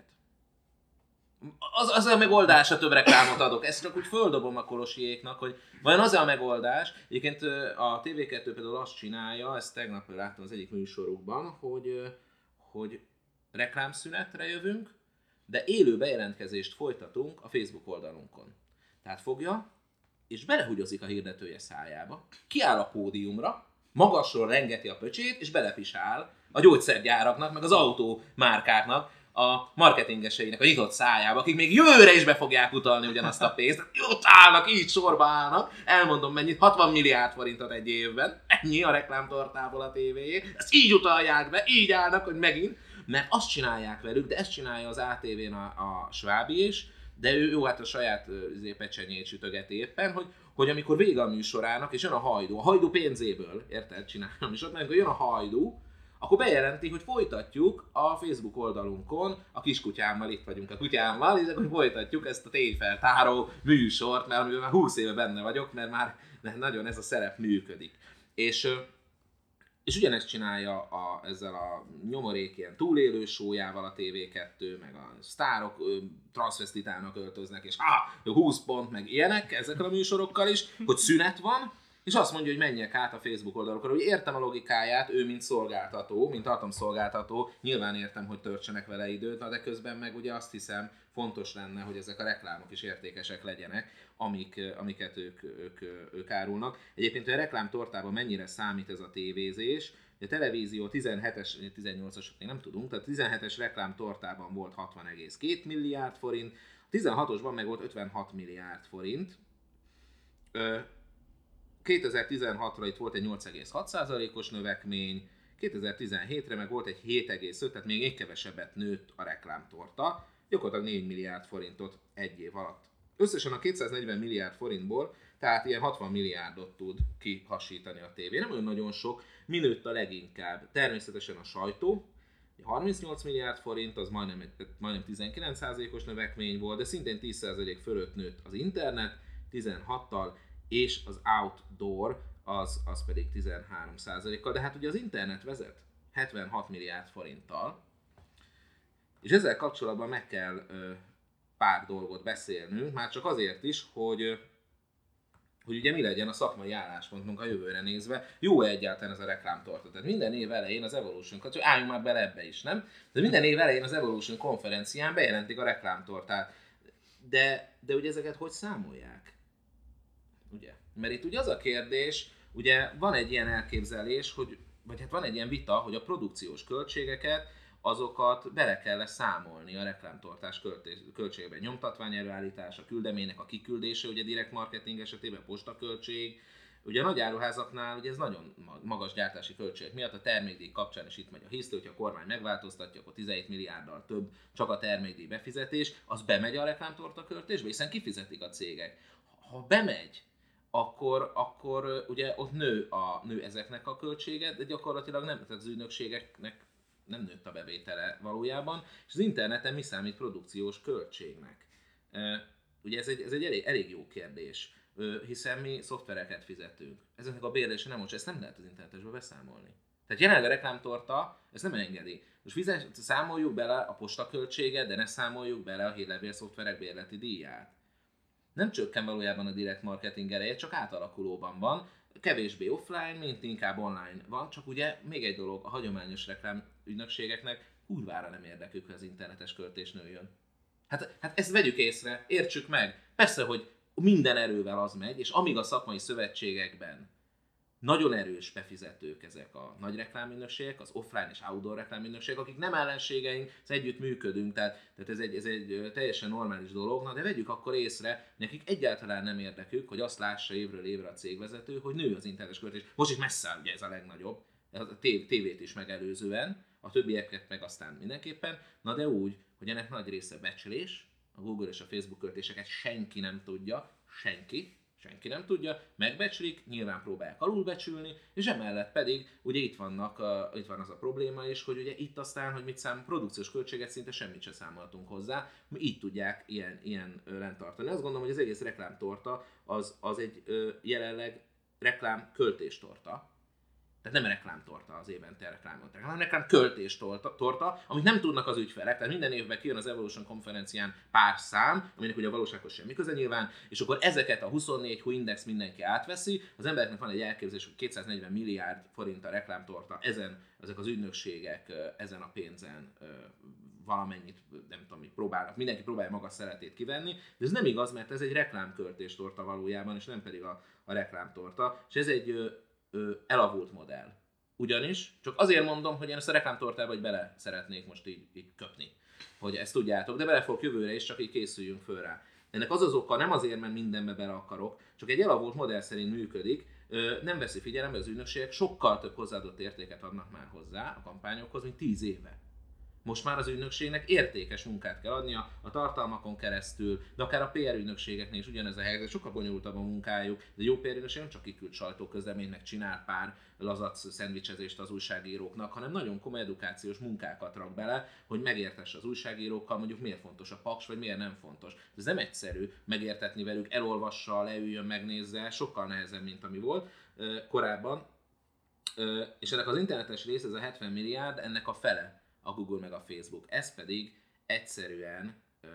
Az a megoldás, a több reklámot adok. Ezt csak úgy földobom a Kolosiéknak, hogy vajon az a megoldás. Egyébként a TV2 például azt csinálja, ezt tegnap láttam az egyik műsorukban, hogy reklámszünetre jövünk, de élő bejelentkezést folytatunk a Facebook oldalunkon. Tehát fogja, és belehugyozik a hirdetője szájába, kiáll a pódiumra, magasról rengeti a pöcsét, és belepisál a gyógyszergyáraknak, meg az autómárkáknak, a marketingeseinek a nyitott szájába, akik még jövőre is be fogják utalni ugyanazt a pénzt. Ott állnak, így sorba állnak, elmondom mennyit, 60 milliárd forintot egy évben, ennyi a reklámtortából a tévéjé, ezt így utalják be, így állnak, hogy megint, mert azt csinálják velük, de ezt csinálja az ATV-n a Svábi is, de ő jó, hát a saját pecsenyét sütögeti éppen, hogy amikor vége a műsorának, és jön a hajdu pénzéből, érted, csinálja a műsort, mert amikor jön a hajdu, akkor bejelenti, hogy folytatjuk a Facebook oldalunkon, a kiskutyámmal, itt vagyunk a kutyámmal, és akkor folytatjuk ezt a tényfeltáró műsort, mert amiben már 20 éve benne vagyok, mert már nagyon ez a szerep működik. És ugyanezt csinálja ezzel a nyomorék ilyen túlélő show-jával a TV2, meg a sztárok transzvestitának öltöznek, és 20 pont, meg ilyenek ezekkel a műsorokkal is, hogy szünet van, és azt mondja, hogy menjek át a Facebook oldalokra, hogy értem a logikáját, ő mint szolgáltató, mint tartalomszolgáltató, nyilván értem, hogy töltsenek vele időt, de közben meg ugye azt hiszem, fontos lenne, hogy ezek a reklámok is értékesek legyenek, amiket ők árulnak. Egyébként, hogy a reklámtortában mennyire számít ez a tévézés, a televízió 17-es, 18-as, még nem tudunk, tehát 17-es reklámtortában volt 60,2 milliárd forint, 16-osban meg volt 56 milliárd forint. 2016-ra itt volt egy 8,6%-os növekmény, 2017-re meg volt egy 7,5, tehát még kevesebbet nőtt a reklámtorta, gyakorlatilag 4 milliárd forintot egy év alatt Összesen a 240 milliárd forintból, tehát ilyen 60 milliárdot tud kihasítani a tévé. Nem olyan nagyon sok, mi nőtt a leginkább? Természetesen a sajtó, 38 milliárd forint, az majdnem 19%-os növekmény volt, de szintén 10% fölött nőtt az internet, 16-tal, és az outdoor, az pedig 13%-kal. De hát ugye az internet vezet 76 milliárd forinttal, és ezzel kapcsolatban meg kell pár dolgot beszélnünk, már csak azért is, hogy ugye mi legyen a szakmai álláspontunk a jövőre nézve, jó-e egyáltalán ez a reklámtorta. Tehát minden év elején az Evolution, hogy álljunk már bele ebbe is, nem? De minden év elején az Evolution konferencián bejelentik a reklámtortát. De ugye ezeket hogy számolják? Ugye? Mert itt ugye az a kérdés, ugye van egy ilyen elképzelés, vagy hát van egy ilyen vita, hogy a produkciós költségeket, azokat bele kell számolni a reklámtortás költségben. Nyomtatvány előállítása, küldeménynek a kiküldése, ugye direkt marketing esetében postaköltség. Ugye a nagyáruházaknál ugye ez nagyon magas gyártási költségek miatt a termékdíj kapcsán is itt megy a hiszti, hogyha a kormány megváltoztatja, akkor 17 milliárddal több csak a termékdíj befizetés, az bemegy a reklámtorta költésbe, hiszen kifizetik a cégek. Ha bemegy, akkor ugye ott nő ezeknek a költsége, de gyakorlatilag nem, tehát az ügynökségeknek nem nőtt a bevétele valójában, és az interneten mi számít produkciós költségnek? Ugye ez egy elég jó kérdés, hiszen mi szoftvereket fizetünk. Ezeknek a bérlése nem most, ezt nem lehet az internetesbe beszámolni. Tehát jelenleg a reklámtorta ezt nem engedi. Most számoljuk bele a postaköltséget, de ne számoljuk bele a hírlevél szoftverek bérleti díját. Nem csökken valójában a direkt marketing ereje, csak átalakulóban van, kevésbé offline, mint inkább online van, csak ugye még egy dolog, a hagyományos reklámügynökségeknek kurvára nem érdekük, hogy az internetes költés nőjön. Hát ezt vegyük észre, értsük meg. Persze, hogy minden erővel az megy, és amíg a szakmai szövetségekben nagyon erős befizetők ezek a nagy reklámügynökségek, az offline és outdoor reklámügynökségek, akik nem ellenségeink, együtt működünk, tehát ez egy teljesen normális dolog, na de vegyük akkor észre, nekik egyáltalán nem érdekük, hogy azt lássa évről évre a cégvezető, hogy nő az internetes költés. Most itt messze ugye ez a legnagyobb, a tévét is megelőzően, a többieket meg aztán mindenképpen, na de úgy, hogy ennek nagy része becslés, a Google és a Facebook költéseket senki nem tudja, senki nem tudja, megbecslik, nyilván próbálják alulbecsülni, és emellett pedig ugye itt van az a probléma is, hogy ugye itt aztán, hogy mit produkciós költséget szinte semmit sem számoltunk hozzá, így tudják ilyen lent-tartani. Azt gondolom, hogy az egész reklámtorta az egy jelenleg reklámköltéstorta. Tehát nem reklámtorta az évente reklámot, hanem reklámköltéstorta, amit nem tudnak az ügyfelek. Tehát minden évben kijön az Evolution konferencián pár szám, aminek ugye a valósághoz semmi köze nyilván, és akkor ezeket a 24 Hu index mindenki átveszi. Az embereknek van egy elképzelés, hogy 240 milliárd forint a reklámtorta, ezek az ügynökségek ezen a pénzen valamennyit, nem tudom, mit próbálnak, mindenki próbálja maga szeretét kivenni, de ez nem igaz, mert ez egy reklámköltéstorta valójában, és nem pedig a reklámtorta, és ez egy elavult modell. Ugyanis, csak azért mondom, hogy én ezt a reklámtortába hogy bele szeretnék most így köpni, hogy ezt tudjátok, de bele fogok jövőre is, csak így készüljünk föl rá. Ennek az oka nem azért, mert mindenbe bele akarok, csak egy elavult modell szerint működik, nem veszi figyelembe, az ügynökségek sokkal több hozzáadott értéket adnak már hozzá a kampányokhoz, mint 10 éve. Most már az ügynökségnek értékes munkát kell adnia a tartalmakon keresztül, de akár a PR ügynökségeknél is ugyanez a helyzet, sokkal bonyolultabb a munkájuk, de jó PR ügynökség nem csak kiküld sajtóközleményt, meg csinál pár lazac szendvicsezést az újságíróknak, hanem nagyon komoly edukációs munkákat rak bele, hogy megértesse az újságírókkal, mondjuk miért fontos a paks, vagy miért nem fontos. Ez nem egyszerű megértetni velük, elolvassa, leüljön, megnézze, sokkal nehezebb, mint ami volt korábban. És ennek az internetes rész, ez a 70 milliárd, ennek a fele a Google meg a Facebook. Ez pedig egyszerűen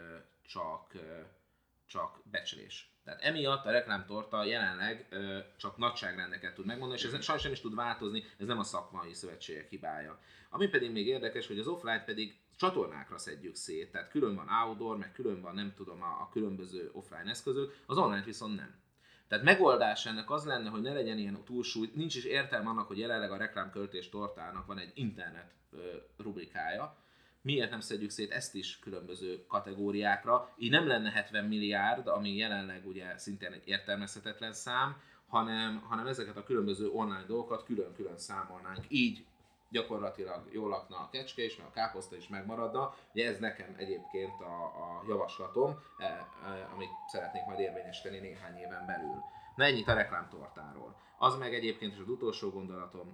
csak becslés. Tehát emiatt a reklámtorta jelenleg csak nagyságrendeket tud megmondani, és ez sajnos nem is tud változni, ez nem a szakmai szövetségek hibája. Ami pedig még érdekes, hogy az offline pedig csatornákra szedjük szét, tehát külön van outdoor, meg külön van nem tudom a különböző offline eszközök, az online viszont nem. Tehát megoldás ennek az lenne, hogy ne legyen ilyen túlsúly, nincs is értelme annak, hogy jelenleg a reklámköltés tortának van egy internet rubrikája. Miért nem szedjük szét ezt is különböző kategóriákra? Így nem lenne 70 milliárd, ami jelenleg ugye szintén egy értelmezhetetlen szám, hanem ezeket a különböző online dolgokat külön-külön számolnánk. Így gyakorlatilag jól lakna a kecske is, meg a káposzta is megmaradna. Ugye ez nekem egyébként a javaslatom, amit szeretnék majd érvényesíteni néhány éven belül. Na ennyit a reklámtortáról. Az meg egyébként is az utolsó gondolatom,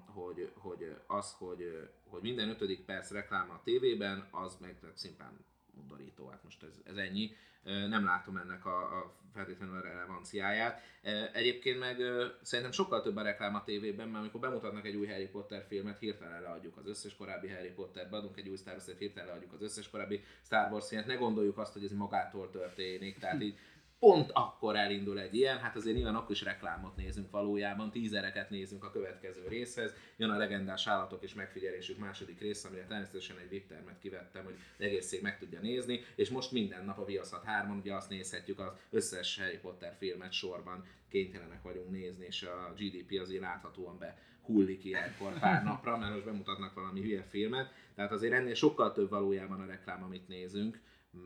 hogy minden 5. perc reklám a tévében, az meg szimplán undorító. Hát most ez ennyi. Nem látom ennek a feltétlenül a relevanciáját. Egyébként meg szerintem sokkal több a reklám a tévében, mert amikor bemutatnak egy új Harry Potter filmet, hirtelen leadjuk az összes korábbi Harry Pottert, beadunk egy új Star Wars-et, hirtelen leadjuk az összes korábbi Star Wars filmet, ne gondoljuk azt, hogy ez magától történik. Tehát így pont akkor elindul egy ilyen, hát azért nyilván akkor is reklámot nézünk valójában, tízereket nézünk a következő részhez, jön a legendás állatok és megfigyelésük második rész, amire természetesen egy VIP termet kivettem, hogy egész szép meg tudja nézni, és most minden nap a Viaszat 3-on ugye azt nézhetjük, az összes Harry Potter filmet sorban kénytelenek vagyunk nézni, és a GDP azért láthatóan hullik ilyenkor pár napra, mert most bemutatnak valami hülye filmet, tehát azért ennél sokkal több valójában a reklám, amit nézünk,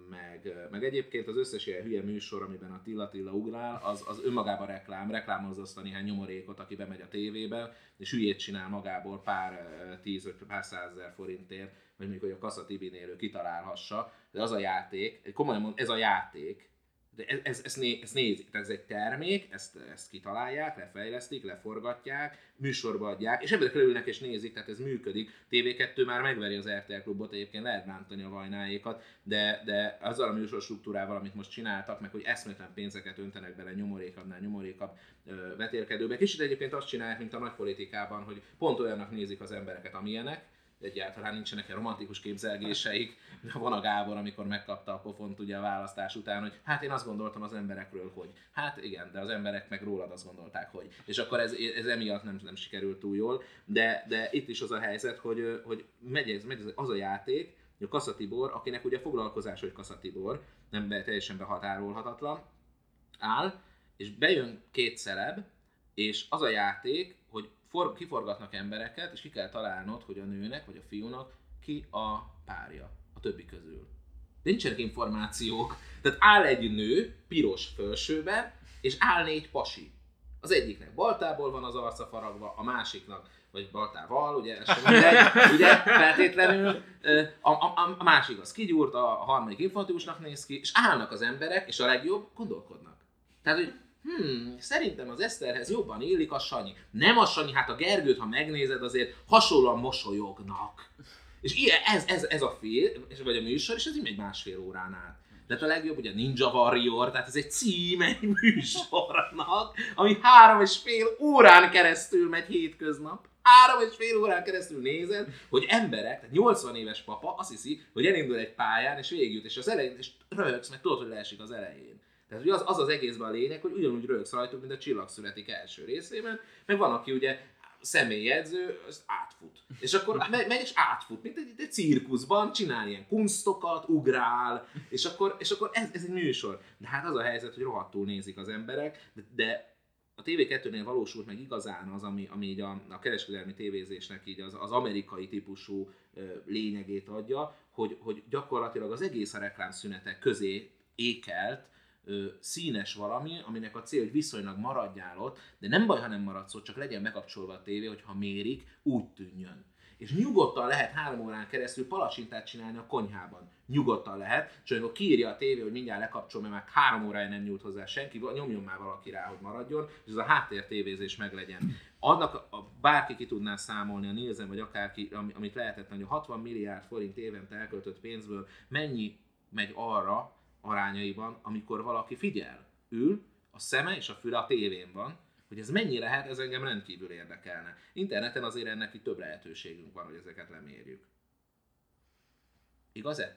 meg egyébként az összes ilyen hülye műsor, amiben a Tilla ugrál, az önmagában reklámozza azt a néhány nyomorékot, aki bemegy a tévébe, és hülyét csinál magából pár 10 vagy pár 100 000 forintért, vagy mondjuk, hogy a Kassa TV-nél ő kitalálhassa, de az a játék, komolyan mondom, ez a játék, de ezt nézik, ez egy termék, ezt kitalálják, lefejlesztik, leforgatják, műsorba adják, és emberek leülnek és nézik, tehát ez működik. TV2 már megveri az RTL Klubot, egyébként lehet bántani a vajnáékat, de azzal a műsor struktúrával, amit most csináltak, meg hogy eszméletlen pénzeket öntenek bele nyomorékabb vetélkedőbe. Kicsit egyébként azt csinálják, mint a nagypolitikában, hogy pont olyannak nézik az embereket, amilyenek, egyáltalán nincsenek ilyen romantikus képzelgéseik. Van a Gábor, amikor megkapta a pofont ugye a választás után, hogy hát én azt gondoltam az emberekről, hogy hát igen, de az emberek meg rólad azt gondolták, hogy. És akkor ez emiatt nem sikerült túl jól, de itt is az a helyzet, hogy megy az a játék, hogy a Kassa Tibor, akinek ugye foglalkozás, hogy Kassa Tibor, nem teljesen behatárolhatatlan, áll, és bejön 2 celeb, és az a játék, hogy kiforgatnak embereket, és ki kell találnod, hogy a nőnek vagy a fiúnak ki a párja a többi közül. De nincsenek információk. Tehát áll egy nő piros fölsőben, és áll 4 pasi. Az egyiknek baltából van az arca faragva, a másiknak, vagy baltával, ugye, ez sem mindegy, ugye, feltétlenül, a másik az kigyúrt, a harmadik informatikusnak néz ki, és állnak az emberek, és a legjobb gondolkodnak. Tehát, hogy szerintem az Eszterhez jobban illik a Sanyi. Nem a Sanyi, hát a Gergőt, ha megnézed, azért hasonlóan mosolyognak. És ilyen, ez a film, vagy a műsor, és ez így megy 1,5 órán át. De a legjobb ugye Ninja Warrior, tehát ez egy cím egy műsornak, ami 3,5 órán keresztül megy hétköznap. 3,5 órán keresztül nézed, hogy emberek, tehát 80 éves papa azt hiszi, hogy elindul egy pályán, és végigjut, és az elején, és röhögsz, mert tudod, hogy leesik az elején. Tehát ugye az egészben a lényeg, hogy ugyanúgy röhögsz rajtuk, mint a Csillag születik első részében, meg van, aki ugye személyedző, az átfut. És akkor megy és átfut, mint egy cirkuszban, csinál ilyen kunsztokat, ugrál, és akkor ez egy műsor. De hát az a helyzet, hogy rohadtul nézik az emberek, de a TV2-nél valósult meg igazán az, ami így a kereskedelmi tévézésnek így az amerikai típusú lényegét adja, hogy gyakorlatilag az egész a reklámszünetek közé ékelt, színes valami, aminek a cél, hogy viszonylag maradjál ott, de nem baj, ha nem maradsz ott, csak legyen bekapcsolva a tévé, hogyha mérik, úgy tűnjön. És nyugodtan lehet 3 órán keresztül palacsintát csinálni a konyhában. Nyugodtan lehet, csak amikor kiírja a tévé, hogy mindjárt lekapcsol, mert már 3 órája nem nyújt hozzá senki, nyomjon már valaki rá, hogy maradjon, és ez a háttér tévézés meglegyen. Annak bárki ki tudná számolni, a Nielsen vagy akárki, amit lehetett, hogy a 60 milliárd forint évente elköltött pénzből mennyi megy arra, arányaiban, amikor valaki figyel, ül, a szeme és a füle a tévén van, hogy ez mennyi lehet, ez engem rendkívül érdekelne. Interneten azért ennek itt több lehetőségünk van, hogy ezeket lemérjük. Igaz-e?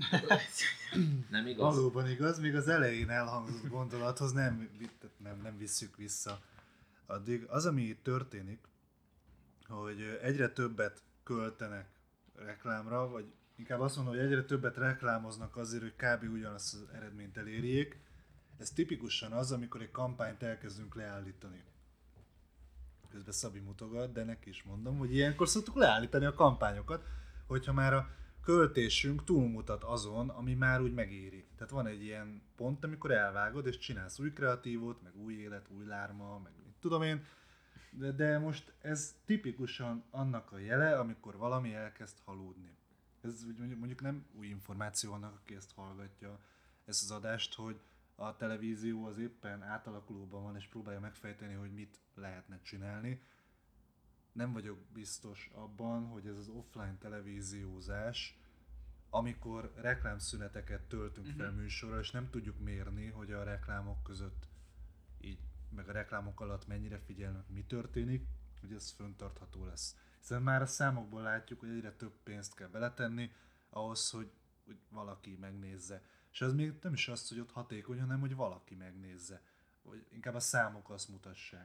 Nem igaz? Valóban igaz, még az elején elhangzott gondolathoz nem visszük vissza. Addig az, ami itt történik, hogy egyre többet költenek reklámra, vagy inkább azt mondom, hogy egyre többet reklámoznak azért, hogy kb. Ugyanazt az eredményt elérjék. Ez tipikusan az, amikor egy kampányt elkezdünk leállítani. Közben Szabi mutogat, de neki is mondom, hogy ilyenkor szoktuk leállítani a kampányokat, hogyha már a költésünk túlmutat azon, ami már úgy megéri. Tehát van egy ilyen pont, amikor elvágod, és csinálsz új kreatívot, meg új élet, új lárma, meg mit tudom én, De most ez tipikusan annak a jele, amikor valami elkezd halódni. Ez mondjuk nem új információ annak, aki ezt hallgatja, ezt az adást, hogy a televízió az éppen átalakulóban van, és próbálja megfejteni, hogy mit lehetne csinálni. Nem vagyok biztos abban, hogy ez az offline televíziózás, amikor reklámszüneteket töltünk fel műsorra, és nem tudjuk mérni, hogy a reklámok között így, meg a reklámok alatt mennyire figyelnek, mi történik, hogy ez fenntartható lesz. Hiszen már a számokból látjuk, hogy egyre több pénzt kell beletenni ahhoz, hogy valaki megnézze. És ez még nem is az, hogy ott hatékony, hanem hogy valaki megnézze. Vagy inkább a számok azt mutassák.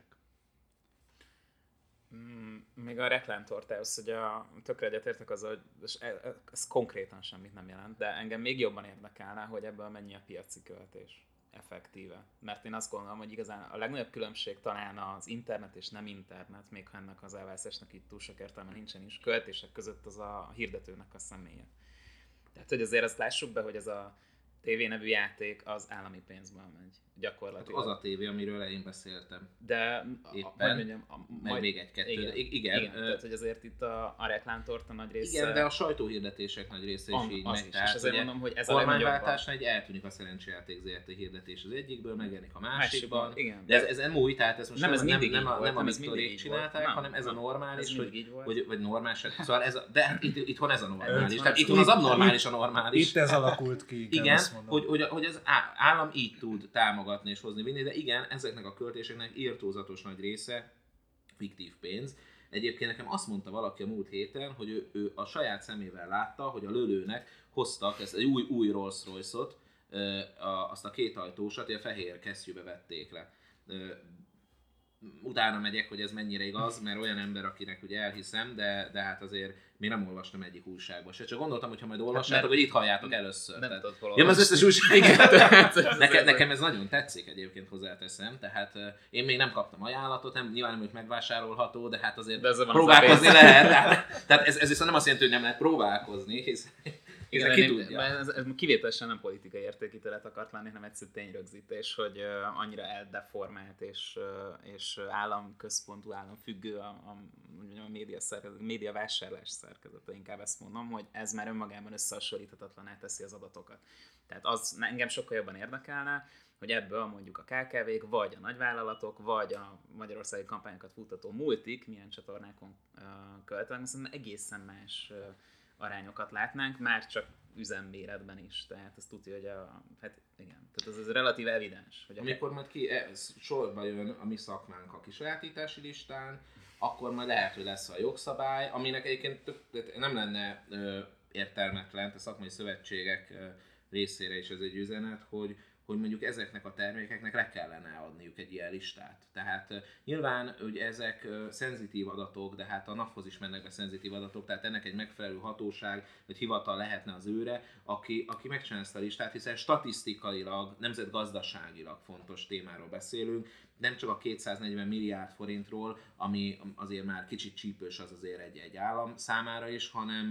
Még a reklámtortához, hogy tökre egyetértek azzal, hogy ez konkrétan semmit nem jelent, de engem még jobban érdekelne, hogy ebből mennyi a piaci költés effektíve. Mert én azt gondolom, hogy igazán a legnagyobb különbség talán az internet és nem internet, még ha ennek az elválasztásnak itt túl sok értelme nincsen is, költések között az a hirdetőnek a személye. Tehát, hogy azért azt lássuk be, hogy ez a TV nevű játék az állami pénzből megy, gyakorlatilag. Hát az a tévé, amiről én beszéltem. De éppen, meg még egy-kettő. Igen. Tehát, hogy azért itt a reklámtorta nagy része... Igen, de a sajtóhirdetések nagy része is így megy. És ezért mondom, hogy ez a kormányváltásnál egy eltűnik a szerencsejáték ZRT hirdetés az egyikből, megjelenik a másikban. Igen. De ez nem új, tehát ez most nem a Viktorék csinálták, hanem ez a normális, vagy normális. Szóval de hát itthon ez a normális. Tehát itthon az abnormális a normális. Itt ez alakult ki. Igen, hogy az állam így tud támogatni és hozni, vinni, de igen, ezeknek a költéseknek irtózatos nagy része fiktív pénz. Egyébként nekem azt mondta valaki a múlt héten, hogy ő a saját szemével látta, hogy a lölőnek hoztak ezt egy új Rolls-Royce-ot, azt a kétajtósat, hogy a fehér kesztyűbe vették le. Utána megyek, hogy ez mennyire igaz, mert olyan ember, akinek ugye elhiszem, de hát azért még nem olvastam egyik újságban se. Csak gondoltam, hogy ha majd olvassátok, hogy itt halljátok először. Nem tudod hol az összes újság. Nekem ez nagyon tetszik egyébként, hozzáteszem. Tehát én még nem kaptam ajánlatot, nyilván nem, hogy megvásárolható, de hát azért próbálkozni lehet. Tehát ez viszont nem azt jelenti, hogy nem lehet próbálkozni, hiszen ez kivételesen nem politikai értékítélet akart lenni, hanem egyszerű tényrögzítés, hogy annyira eldeformált és államközpontú, államfüggő a média vásárlás szerkezete, inkább ezt mondom, hogy ez már önmagában összehasonlíthatatlaná teszi az adatokat. Tehát az engem sokkal jobban érdekelne, hogy ebből mondjuk a KKV-k, vagy a nagyvállalatok, vagy a magyarországi kampányokat futtató multik milyen csatornákon költenek, szerintem egészen más arányokat látnánk, már csak üzemméretben is. Tehát ez tudja, hogy hát igen, tehát ez relatív evidens. Hogy amikor majd sorba jön a mi szakmánk a kisajátítási listán, akkor majd lehet, hogy lesz a jogszabály, aminek egyébként nem lenne értelmetlen, a szakmai szövetségek részére is ez egy üzenet, hogy mondjuk ezeknek a termékeknek le kellene adniuk egy ilyen listát. Tehát nyilván, hogy ezek szenzitív adatok, de hát a NAV-hoz is mennek be szenzitív adatok, tehát ennek egy megfelelő hatóság vagy hivatal lehetne az őre, aki megcsinálja ezt a listát, hiszen statisztikailag, nemzetgazdaságilag fontos témáról beszélünk, nem csak a 240 milliárd forintról, ami azért már kicsit csípős az azért egy állam számára is,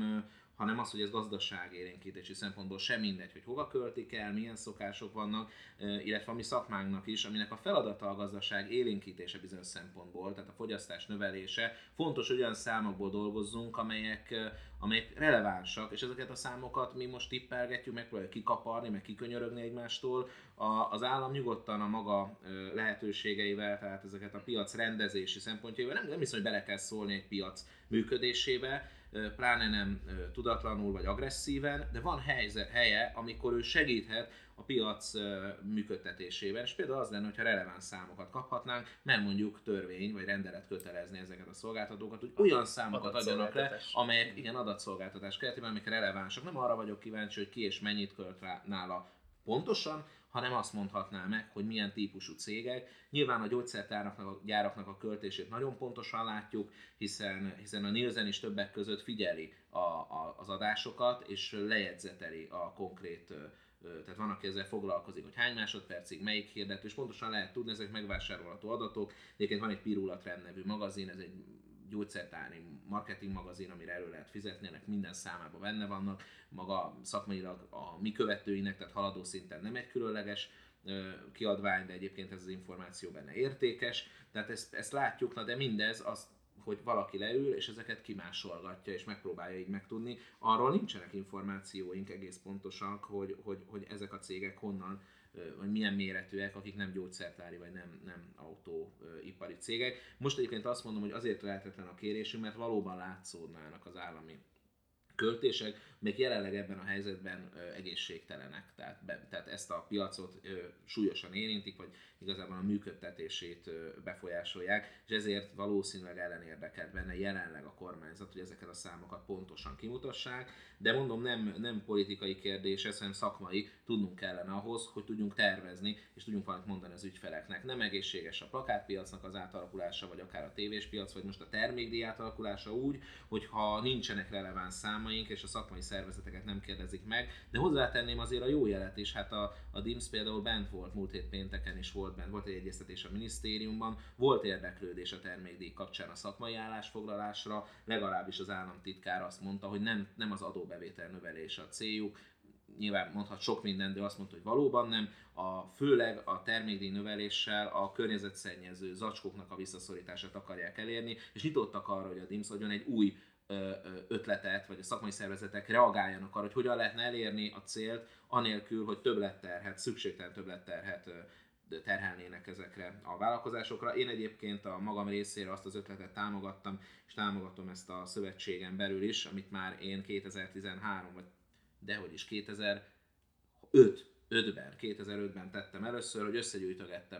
hanem az, hogy ez gazdaságélénkítési szempontból sem mindegy, hogy hova költik el, milyen szokások vannak, illetve a mi szakmánknak is, aminek a feladata a gazdaság élénkítése bizonyos szempontból, tehát a fogyasztás növelése. Fontos, hogy olyan számokból dolgozzunk, amelyek relevánsak, és ezeket a számokat mi most tippelgetjük, megpróbáljuk kikaparni, meg kikönyörögni egymástól. Az állam nyugodtan a maga lehetőségeivel, tehát ezeket a piac rendezési szempontjaival, nem hiszem, hogy bele kell szólni egy piac működésébe, pláne nem tudatlanul vagy agresszíven, de van helye, amikor ő segíthet a piac működtetésében, és például az lenne, hogyha releváns számokat kaphatnánk, mert mondjuk törvény vagy rendelet kötelezni ezeket a szolgáltatókat, hogy olyan számokat adjanak le, amelyek adatszolgáltatás keretében, amik relevánsak. Nem arra vagyok kíváncsi, hogy ki és mennyit költ rá nála pontosan, hanem azt mondhatná meg, hogy milyen típusú cégek. Nyilván a gyáraknak a költését nagyon pontosan látjuk, hiszen a Nielsen is többek között figyeli az adásokat, és lejegyzeteli a konkrét, tehát van, aki ezzel foglalkozik, hogy hány másodpercig, melyik hirdető, és pontosan lehet tudni, ezek megvásárolható adatok. Egyébként van egy Pirula Trend nevű magazin, ez egy gyógyszertári marketing magazin, amire elő lehet fizetni, ennek minden számában benne vannak, maga szakmailag a mi követőinek, tehát haladó szinten nem egy különleges kiadvány, de egyébként ez az információ benne értékes. Tehát ezt látjuk, de mindez az, hogy valaki leül, és ezeket kimásolgatja, és megpróbálja így megtudni. Arról nincsenek információink egész pontosak, hogy ezek a cégek honnan, vagy milyen méretűek, akik nem gyógyszertári, vagy nem autóipari cégek. Most egyébként azt mondom, hogy azért lehetetlen a kérésünk, mert valóban látszódnának az állami költések, még jelenleg ebben a helyzetben egészségtelenek, tehát ezt a piacot súlyosan érintik, vagy igazából a működtetését befolyásolják, és ezért valószínűleg ellenérdekelt benne jelenleg a kormányzat, hogy ezeket a számokat pontosan kimutassák, de mondom, nem politikai kérdés ez, hanem szakmai, tudnunk kellene ahhoz, hogy tudjunk tervezni, és tudjunk valamit mondani az ügyfeleknek. Nem egészséges a plakátpiacnak az átalakulása, vagy akár a tévéspiac, vagy most a termékdíj átalakulása úgy, hogyha nincsenek releváns számaink, és a szakmai szervezeteket nem kérdezik meg, de hozzátenném azért a jó jelet is, hát a DIMS például bent volt múlt hét pénteken is volt egy egyeztetés a minisztériumban, volt érdeklődés a termékdíj kapcsán a szakmai állásfoglalásra, legalábbis az államtitkár azt mondta, hogy nem az adóbevétel növelése a céljuk, nyilván mondhat sok mindent, de azt mondta, hogy valóban nem, főleg a termékdíj növeléssel a környezetszennyező zacskóknak a visszaszorítását akarják elérni, és nyitottak arra, hogy a DIMS adjon egy új ötletet, vagy a szakmai szervezetek reagáljanak arra, hogy hogyan lehetne elérni a célt, anélkül, hogy szükségtelen többletterhet terhelnének ezekre a vállalkozásokra. Én egyébként a magam részére azt az ötletet támogattam, és támogatom ezt a szövetségen belül is, amit már én 2013, vagy dehogy is 2005-ben tettem először, hogy összegyűjtögettem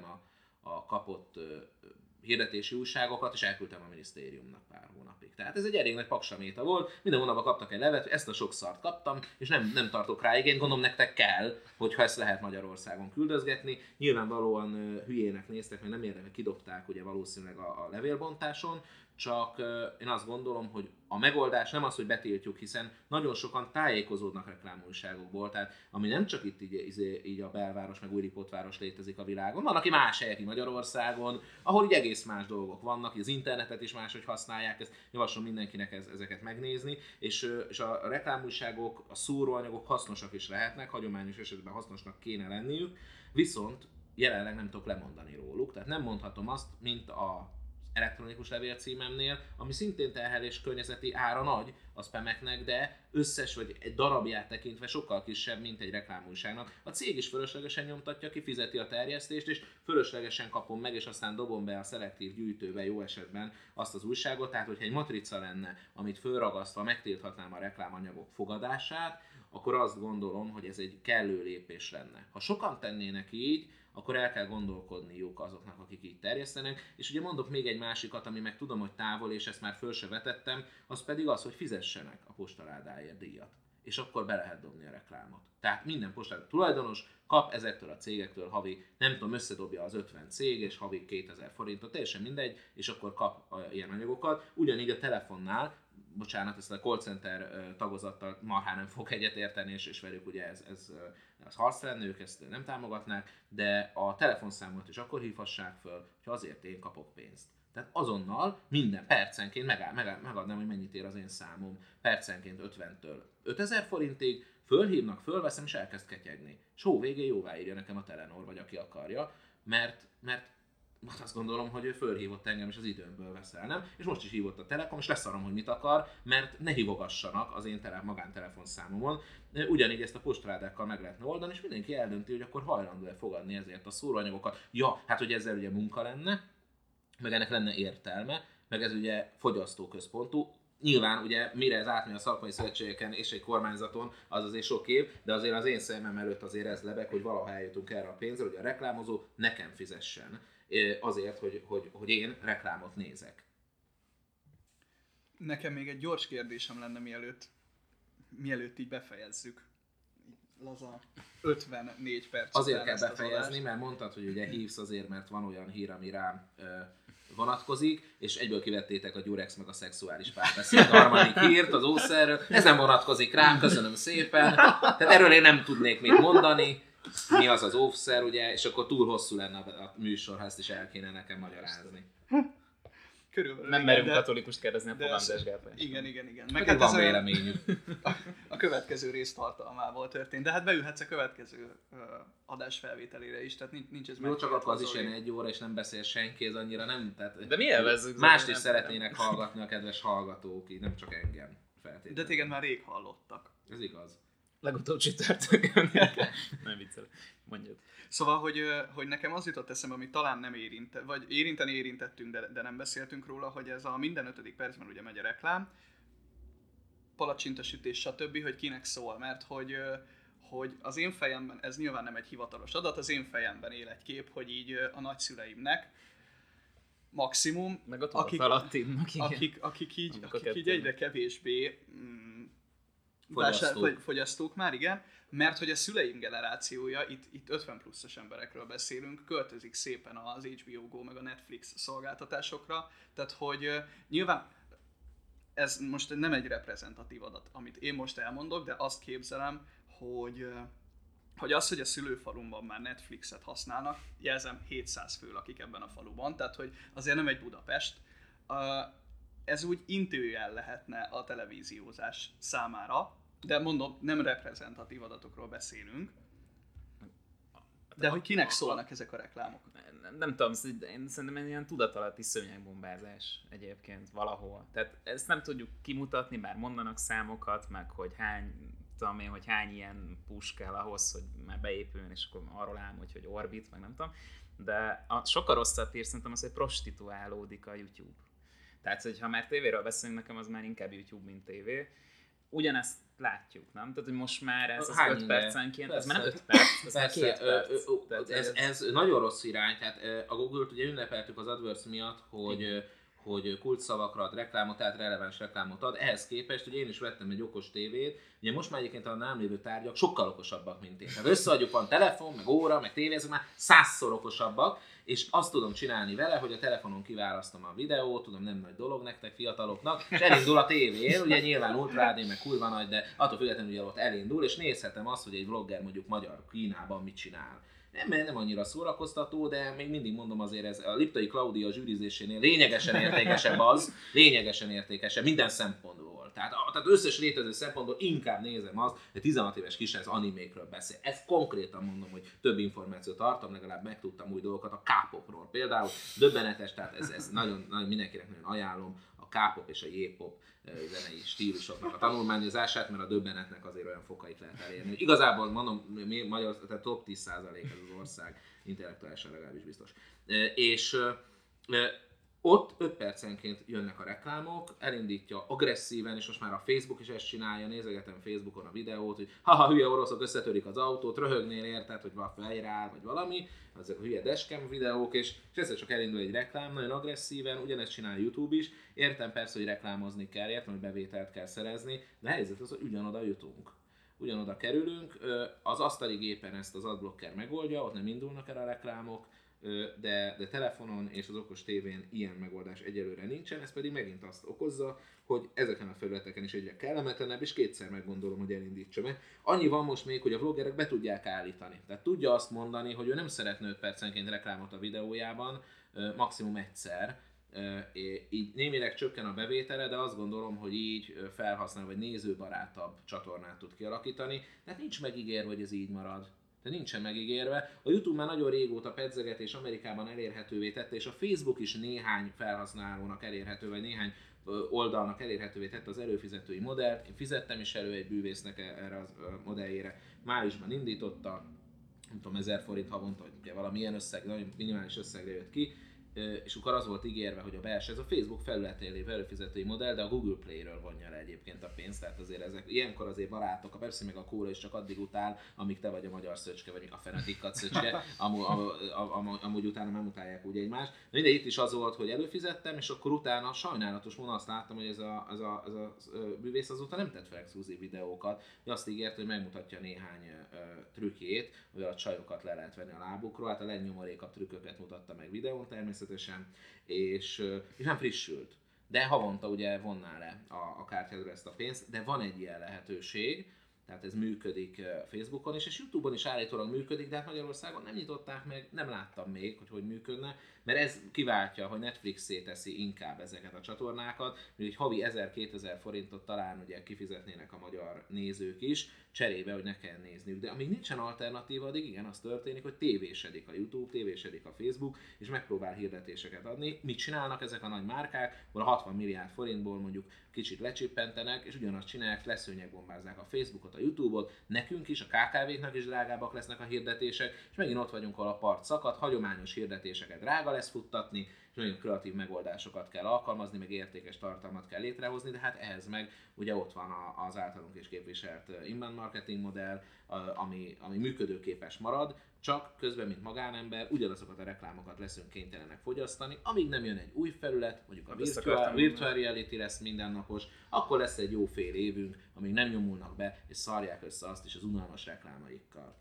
a kapott hirdetési újságokat, és elküldtem a minisztériumnak pár hónapig. Tehát ez egy elég nagy paksaméta volt, minden hónapban kaptak egy levet, ezt a sok szart kaptam, és nem tartok rá igényt, gondolom nektek kell, hogyha ezt lehet Magyarországon küldözgetni. Nyilvánvalóan hülyének néztek, mert nem érdekel, kidobták ugye valószínűleg a levélbontáson, csak én azt gondolom, hogy a megoldás nem az, hogy betiltjuk, hiszen nagyon sokan tájékozódnak reklámújságokból, tehát ami nem csak itt így a belváros, meg Újlipótváros létezik a világon, van, aki más helyek Magyarországon, ahol így egész más dolgok vannak, az internetet is máshogy használják, ezt javaslom mindenkinek ezeket megnézni, és a reklámújságok, a szúróanyagok hasznosak is lehetnek, hagyományos esetben hasznosnak kéne lenniük, viszont jelenleg nem tudok lemondani róluk, tehát nem mondhatom azt, mint a elektronikus levélcímemnél, ami szintén terhelés környezeti ára nagy a spameknek, de összes vagy egy darabját tekintve sokkal kisebb, mint egy reklámújságnak. A cég is fölöslegesen nyomtatja, kifizeti a terjesztést, és fölöslegesen kapom meg, és aztán dobom be a szelektív gyűjtőbe jó esetben azt az újságot. Tehát, hogyha egy matrica lenne, amit fölragasztva megtilthatnám a reklámanyagok fogadását, akkor azt gondolom, hogy ez egy kellő lépés lenne. Ha sokan tennének így, akkor el kell gondolkodniuk azoknak, akik így terjesztenek. És ugye mondok még egy másikat, ami meg tudom, hogy távol, és ezt már föl se vetettem, az pedig az, hogy fizessenek a postaládáért díjat. És akkor be lehet dobni a reklámot. Tehát minden postáládá tulajdonos kap ezektől a cégektől havi, nem tudom, összedobja az 50 cég, és havi 2000 forintot, teljesen mindegy, és akkor kap ilyen anyagokat. Ugyanígy a telefonnál, bocsánat, ezt a call center tagozattal marhán nem fog egyetérteni, és velük ugye ez harc lenne, ők ezt nem támogatnák, de a telefonszámot is akkor hívhassák föl, hogy azért én kapok pénzt. Tehát azonnal minden percenként megadnám, hogy mennyit ér az én számom, percenként 50-től 5000 forintig, fölhívnak, fölveszem és elkezd ketyegni. És végén jóváírja nekem a Telenor, vagy aki akarja, mert azt gondolom, hogy ő fölhívott engem, és az időmből vesz el, nem? És most is hívott a Telekom, és leszarom, hogy mit akar, mert ne hívogassanak az én magántelefonszámomon. Ugyanígy ezt a postrádákkal meg lehetne oldani, és mindenki eldönti, hogy akkor hajlandó-e fogadni ezért a szóróanyagokat. Ja, hát hogy ezzel ugye munka lenne, meg ennek lenne értelme, meg ez ugye fogyasztóközpontú. Nyilván ugye mire ez átmegy a szakmai szövetségeken és egy kormányzaton, az azért sok év, de azért az én szemem előtt azért ez lebeg, hogy valaha eljutunk erre a pénzre, hogy a reklámozó nekem fizessen azért, hogy én reklámot nézek. Nekem még egy gyors kérdésem lenne, mielőtt így befejezzük. Laza 54 perc. Azért kell befejezni, mert mondtad, hogy ugye hívsz azért, mert van olyan hír, ami rám vonatkozik, és egyből kivettétek a Gyurex meg a szexuális párbeszéd harmadik hírt az ószerről. Ez nem vonatkozik rám, köszönöm szépen. Tehát erről én nem tudnék mit mondani. Mi az az óvszer, ugye, és akkor túl hosszú lenne a műsor, ha ezt is el kéne nekem magyarázni. Körülbelül Nem igen, merünk de- katolikust kérdezni a de fogamzás gátlásról. Igen. Meg hát van ez olyan- véleményük. a következő rész tartalmából történt. De hát beülhetsz a következő adás felvételére is, tehát nincs ez Jó, csak akkor az is megkérdezve, ilyen 1 óra, és nem beszél senki, ez annyira nem... Tehát De mi élvezzük. mást Zoli, is nem- szeretnének hallgatni a kedves hallgatók, így nem csak engem feltétlenül. De téged már rég hallottak. Ez igaz. Legutóbb csütörtökön. Nem viccelek. Mondjad. Szóval, hogy nekem az jutott eszembe, amit talán nem vagy érintettünk, de nem beszéltünk róla, hogy ez a minden 5. percben ugye megy a reklám, palacsintasütés, stb., hogy kinek szól, mert hogy az én fejemben, ez nyilván nem egy hivatalos adat, az én fejemben él egy kép, hogy így a nagyszüleimnek maximum, Meg a tudat alattinnak, igen. akik így kettő. egyre kevésbé fogyasztók már, igen, mert hogy a szüleim generációja, itt 50 pluszos emberekről beszélünk, költözik szépen az HBO Go meg a Netflix szolgáltatásokra, tehát hogy nyilván ez most nem egy reprezentatív adat, amit én most elmondok, de azt képzelem, hogy az, hogy a szülőfalumban már Netflixet használnak, jelzem 700 fő lakik ebben a faluban, tehát hogy azért nem egy Budapest, ez úgy intőjel lehetne a televíziózás számára, de mondom, nem reprezentatív adatokról beszélünk, de hogy kinek szólnak ezek a reklámok? Nem tudom, én szerintem ilyen tudatalatti szőnyegbombázás egyébként valahol. Tehát ezt nem tudjuk kimutatni, bár mondanak számokat, meg hogy hány ilyen push kell ahhoz, hogy már beépüljön, és akkor arról álmodj, hogy Orbit, meg nem tudom. De sokkal rosszabb ír szerintem az, hogy prostituálódik a YouTube. Tehát, hogyha már tévéről beszélünk, nekem az már inkább YouTube, mint tévé. Ugyanezt látjuk, nem? Tehát, hogy most már ez az 5 percenként, ez már nem 5 perc, ez már 2 perc. Ez nagyon rossz irány, tehát a Google-t ugye ünnepeltük az AdWords miatt, hogy kulcsszavakra ad reklámot, tehát releváns reklámot ad. Ehhez képest, hogy én is vettem egy okos tévét, ugye most már egyébként a nálam lévő tárgyak sokkal okosabbak, mint én. Tehát összeadjuk, van telefon, meg óra, meg tévé, ezek már 100-szor okosabbak, és azt tudom csinálni vele, hogy a telefonon kiválasztom a videót, tudom, nem nagy dolog nektek, fiataloknak, és elindul a tévén, ugye nyilván Ultra HD, meg kurva nagy, de attól függetlenül ugye ott elindul, és nézhetem azt, hogy egy vlogger mondjuk magyar Kínában mit csinál. Nem annyira szórakoztató, de még mindig mondom, azért ez a Liptai Klaudia zsűrizésénél lényegesen értékesebb minden szempontból. Tehát összes létező szempontból inkább nézem azt, hogy 16 éves kisrác animékről beszél. Ezt konkrétan mondom, hogy több információt tartom, legalább megtudtam új dolgokat a K-popról. Például döbbenetes, tehát ez nagyon mindenkinek nagyon ajánlom, a K-pop és a J-pop zenei stílusoknak a tanulmányozását, mert a döbbenetnek azért olyan fokait lehet elérni. Igazából mondom, tehát top 10% ez az ország, intellektuálisan legalábbis biztos. És ott 5 percenként jönnek a reklámok, elindítja agresszíven, és most már a Facebook is ezt csinálja, nézegetem Facebookon a videót, hogy haha, hülye oroszok összetörik az autót, röhögnél érted, hogy van fejrá, vagy valami, azok a hülye dashcam videók, és egyszer csak elindul egy reklám, nagyon agresszíven, ugyanezt csinál YouTube is, értem persze, hogy reklámozni kell, értem, hogy bevételt kell szerezni, de a helyzet az, hogy ugyanoda jutunk. Ugyanoda kerülünk, az asztali gépen ezt az adblocker megoldja, ott nem indulnak el a reklámok, de telefonon és az okos tévén ilyen megoldás egyelőre nincsen, ez pedig megint azt okozza, hogy ezeken a felületeken is egyre kellemetlenebb, és kétszer meggondolom, hogy elindítsa meg. Annyi van most még, hogy a vloggerek be tudják állítani. Tehát tudja azt mondani, hogy ő nem szeretne 5 percenként reklámot a videójában, maximum egyszer. Így némileg csökken a bevétele, de azt gondolom, hogy így felhasználó vagy nézőbarátabb csatornát tud kialakítani. Tehát nincs megígérve, hogy ez így marad. De nincsen megígérve. A YouTube már nagyon régóta pedzeget és Amerikában elérhetővé tette, és a Facebook is néhány felhasználónak elérhető, vagy néhány oldalnak elérhetővé tette az előfizetői modellt. Én fizettem is elő egy bűvésznek erre a modelljére. Májusban indította, nem tudom, 1000 forint havonta, vagy ugye valami ilyen összeg, nagyon minimális összegre jött ki, és akkor az volt ígérve, hogy a belső, ez a Facebook felületén lévő előfizetői modell, de a Google Play-ről vonja le egyébként a pénzt, tehát azért ezek ilyenkor azért barátok, a Pepsi meg a Cola is csak addig utál, amíg te vagy a magyar szöcske, vagy a fenedikkat szöcske, amúgy utána nem utálják úgy egymást. De mindegy, itt is az volt, hogy előfizettem, és akkor utána sajnálatos módon azt láttam, hogy ez a bűvész azóta nem tett fel exkluzív videókat, hogy azt ígért, hogy megmutatja néhány trükkjét, hogy a csajokat le lehet venni a lábukról, hát a legnyomorékabb trükköket mutatta meg videón természetesen, és nem frissült. De havonta ugye vonná le a kártyádról ezt a pénzt, de van egy ilyen lehetőség, tehát ez működik Facebookon is, és YouTube-on is állítólag működik, de hát Magyarországon nem nyitották meg, nem láttam még, hogy működne, mert ez kiváltja, hogy Netflixé teszi inkább ezeket a csatornákat, hogy egy havi 1000-2000 forintot talán ugye kifizetnének a magyar nézők is, cserébe, hogy ne kell nézniük. De amíg nincsen alternatíva, addig igen, az történik, hogy tévésedik a YouTube, tévésedik a Facebook, és megpróbál hirdetéseket adni. Mit csinálnak ezek a nagy márkák? A 60 milliárd forintból mondjuk kicsit lecsippentenek, és ugyanazt csinálják, leszőnyegbombázzák a Facebookot, a YouTube-ot, nekünk is, a KKV-knak is drágábbak lesznek a hirdetések, és megint ott vagyunk, ahol a part szakad, hagyományos hirdetéseket drága lesz futtatni, és nagyon kreatív megoldásokat kell alkalmazni, meg értékes tartalmat kell létrehozni, de hát ehhez meg ugye ott van az általunk is képviselt inbound marketing modell, ami működőképes marad, csak közben, mint magánember, ugyanazokat a reklámokat leszünk kénytelenek fogyasztani, amíg nem jön egy új felület, mondjuk a virtual reality lesz mindennapos, akkor lesz egy jó fél évünk, amíg nem nyomulnak be, és szarják össze azt is az unalmas reklámaikkal.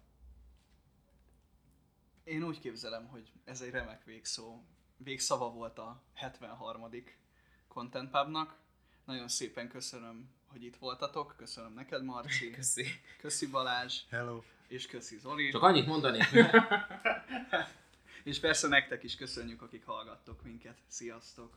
Én úgy képzelem, hogy ez egy remek végszava volt a 73. Content Pubnak. Nagyon szépen köszönöm, hogy itt voltatok. Köszönöm neked, Marci. Köszi. Köszi Balázs. Hello. És köszi Zoli. Csak annyit mondanék. És persze nektek is köszönjük, akik hallgattok minket. Sziasztok!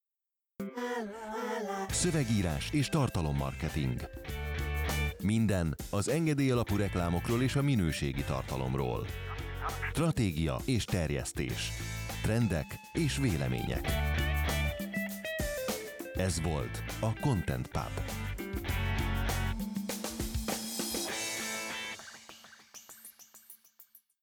Szövegírás és tartalommarketing. Minden az engedély alapú reklámokról és a minőségi tartalomról. Stratégia és terjesztés. Trendek és vélemények. Ez volt a Content Pub.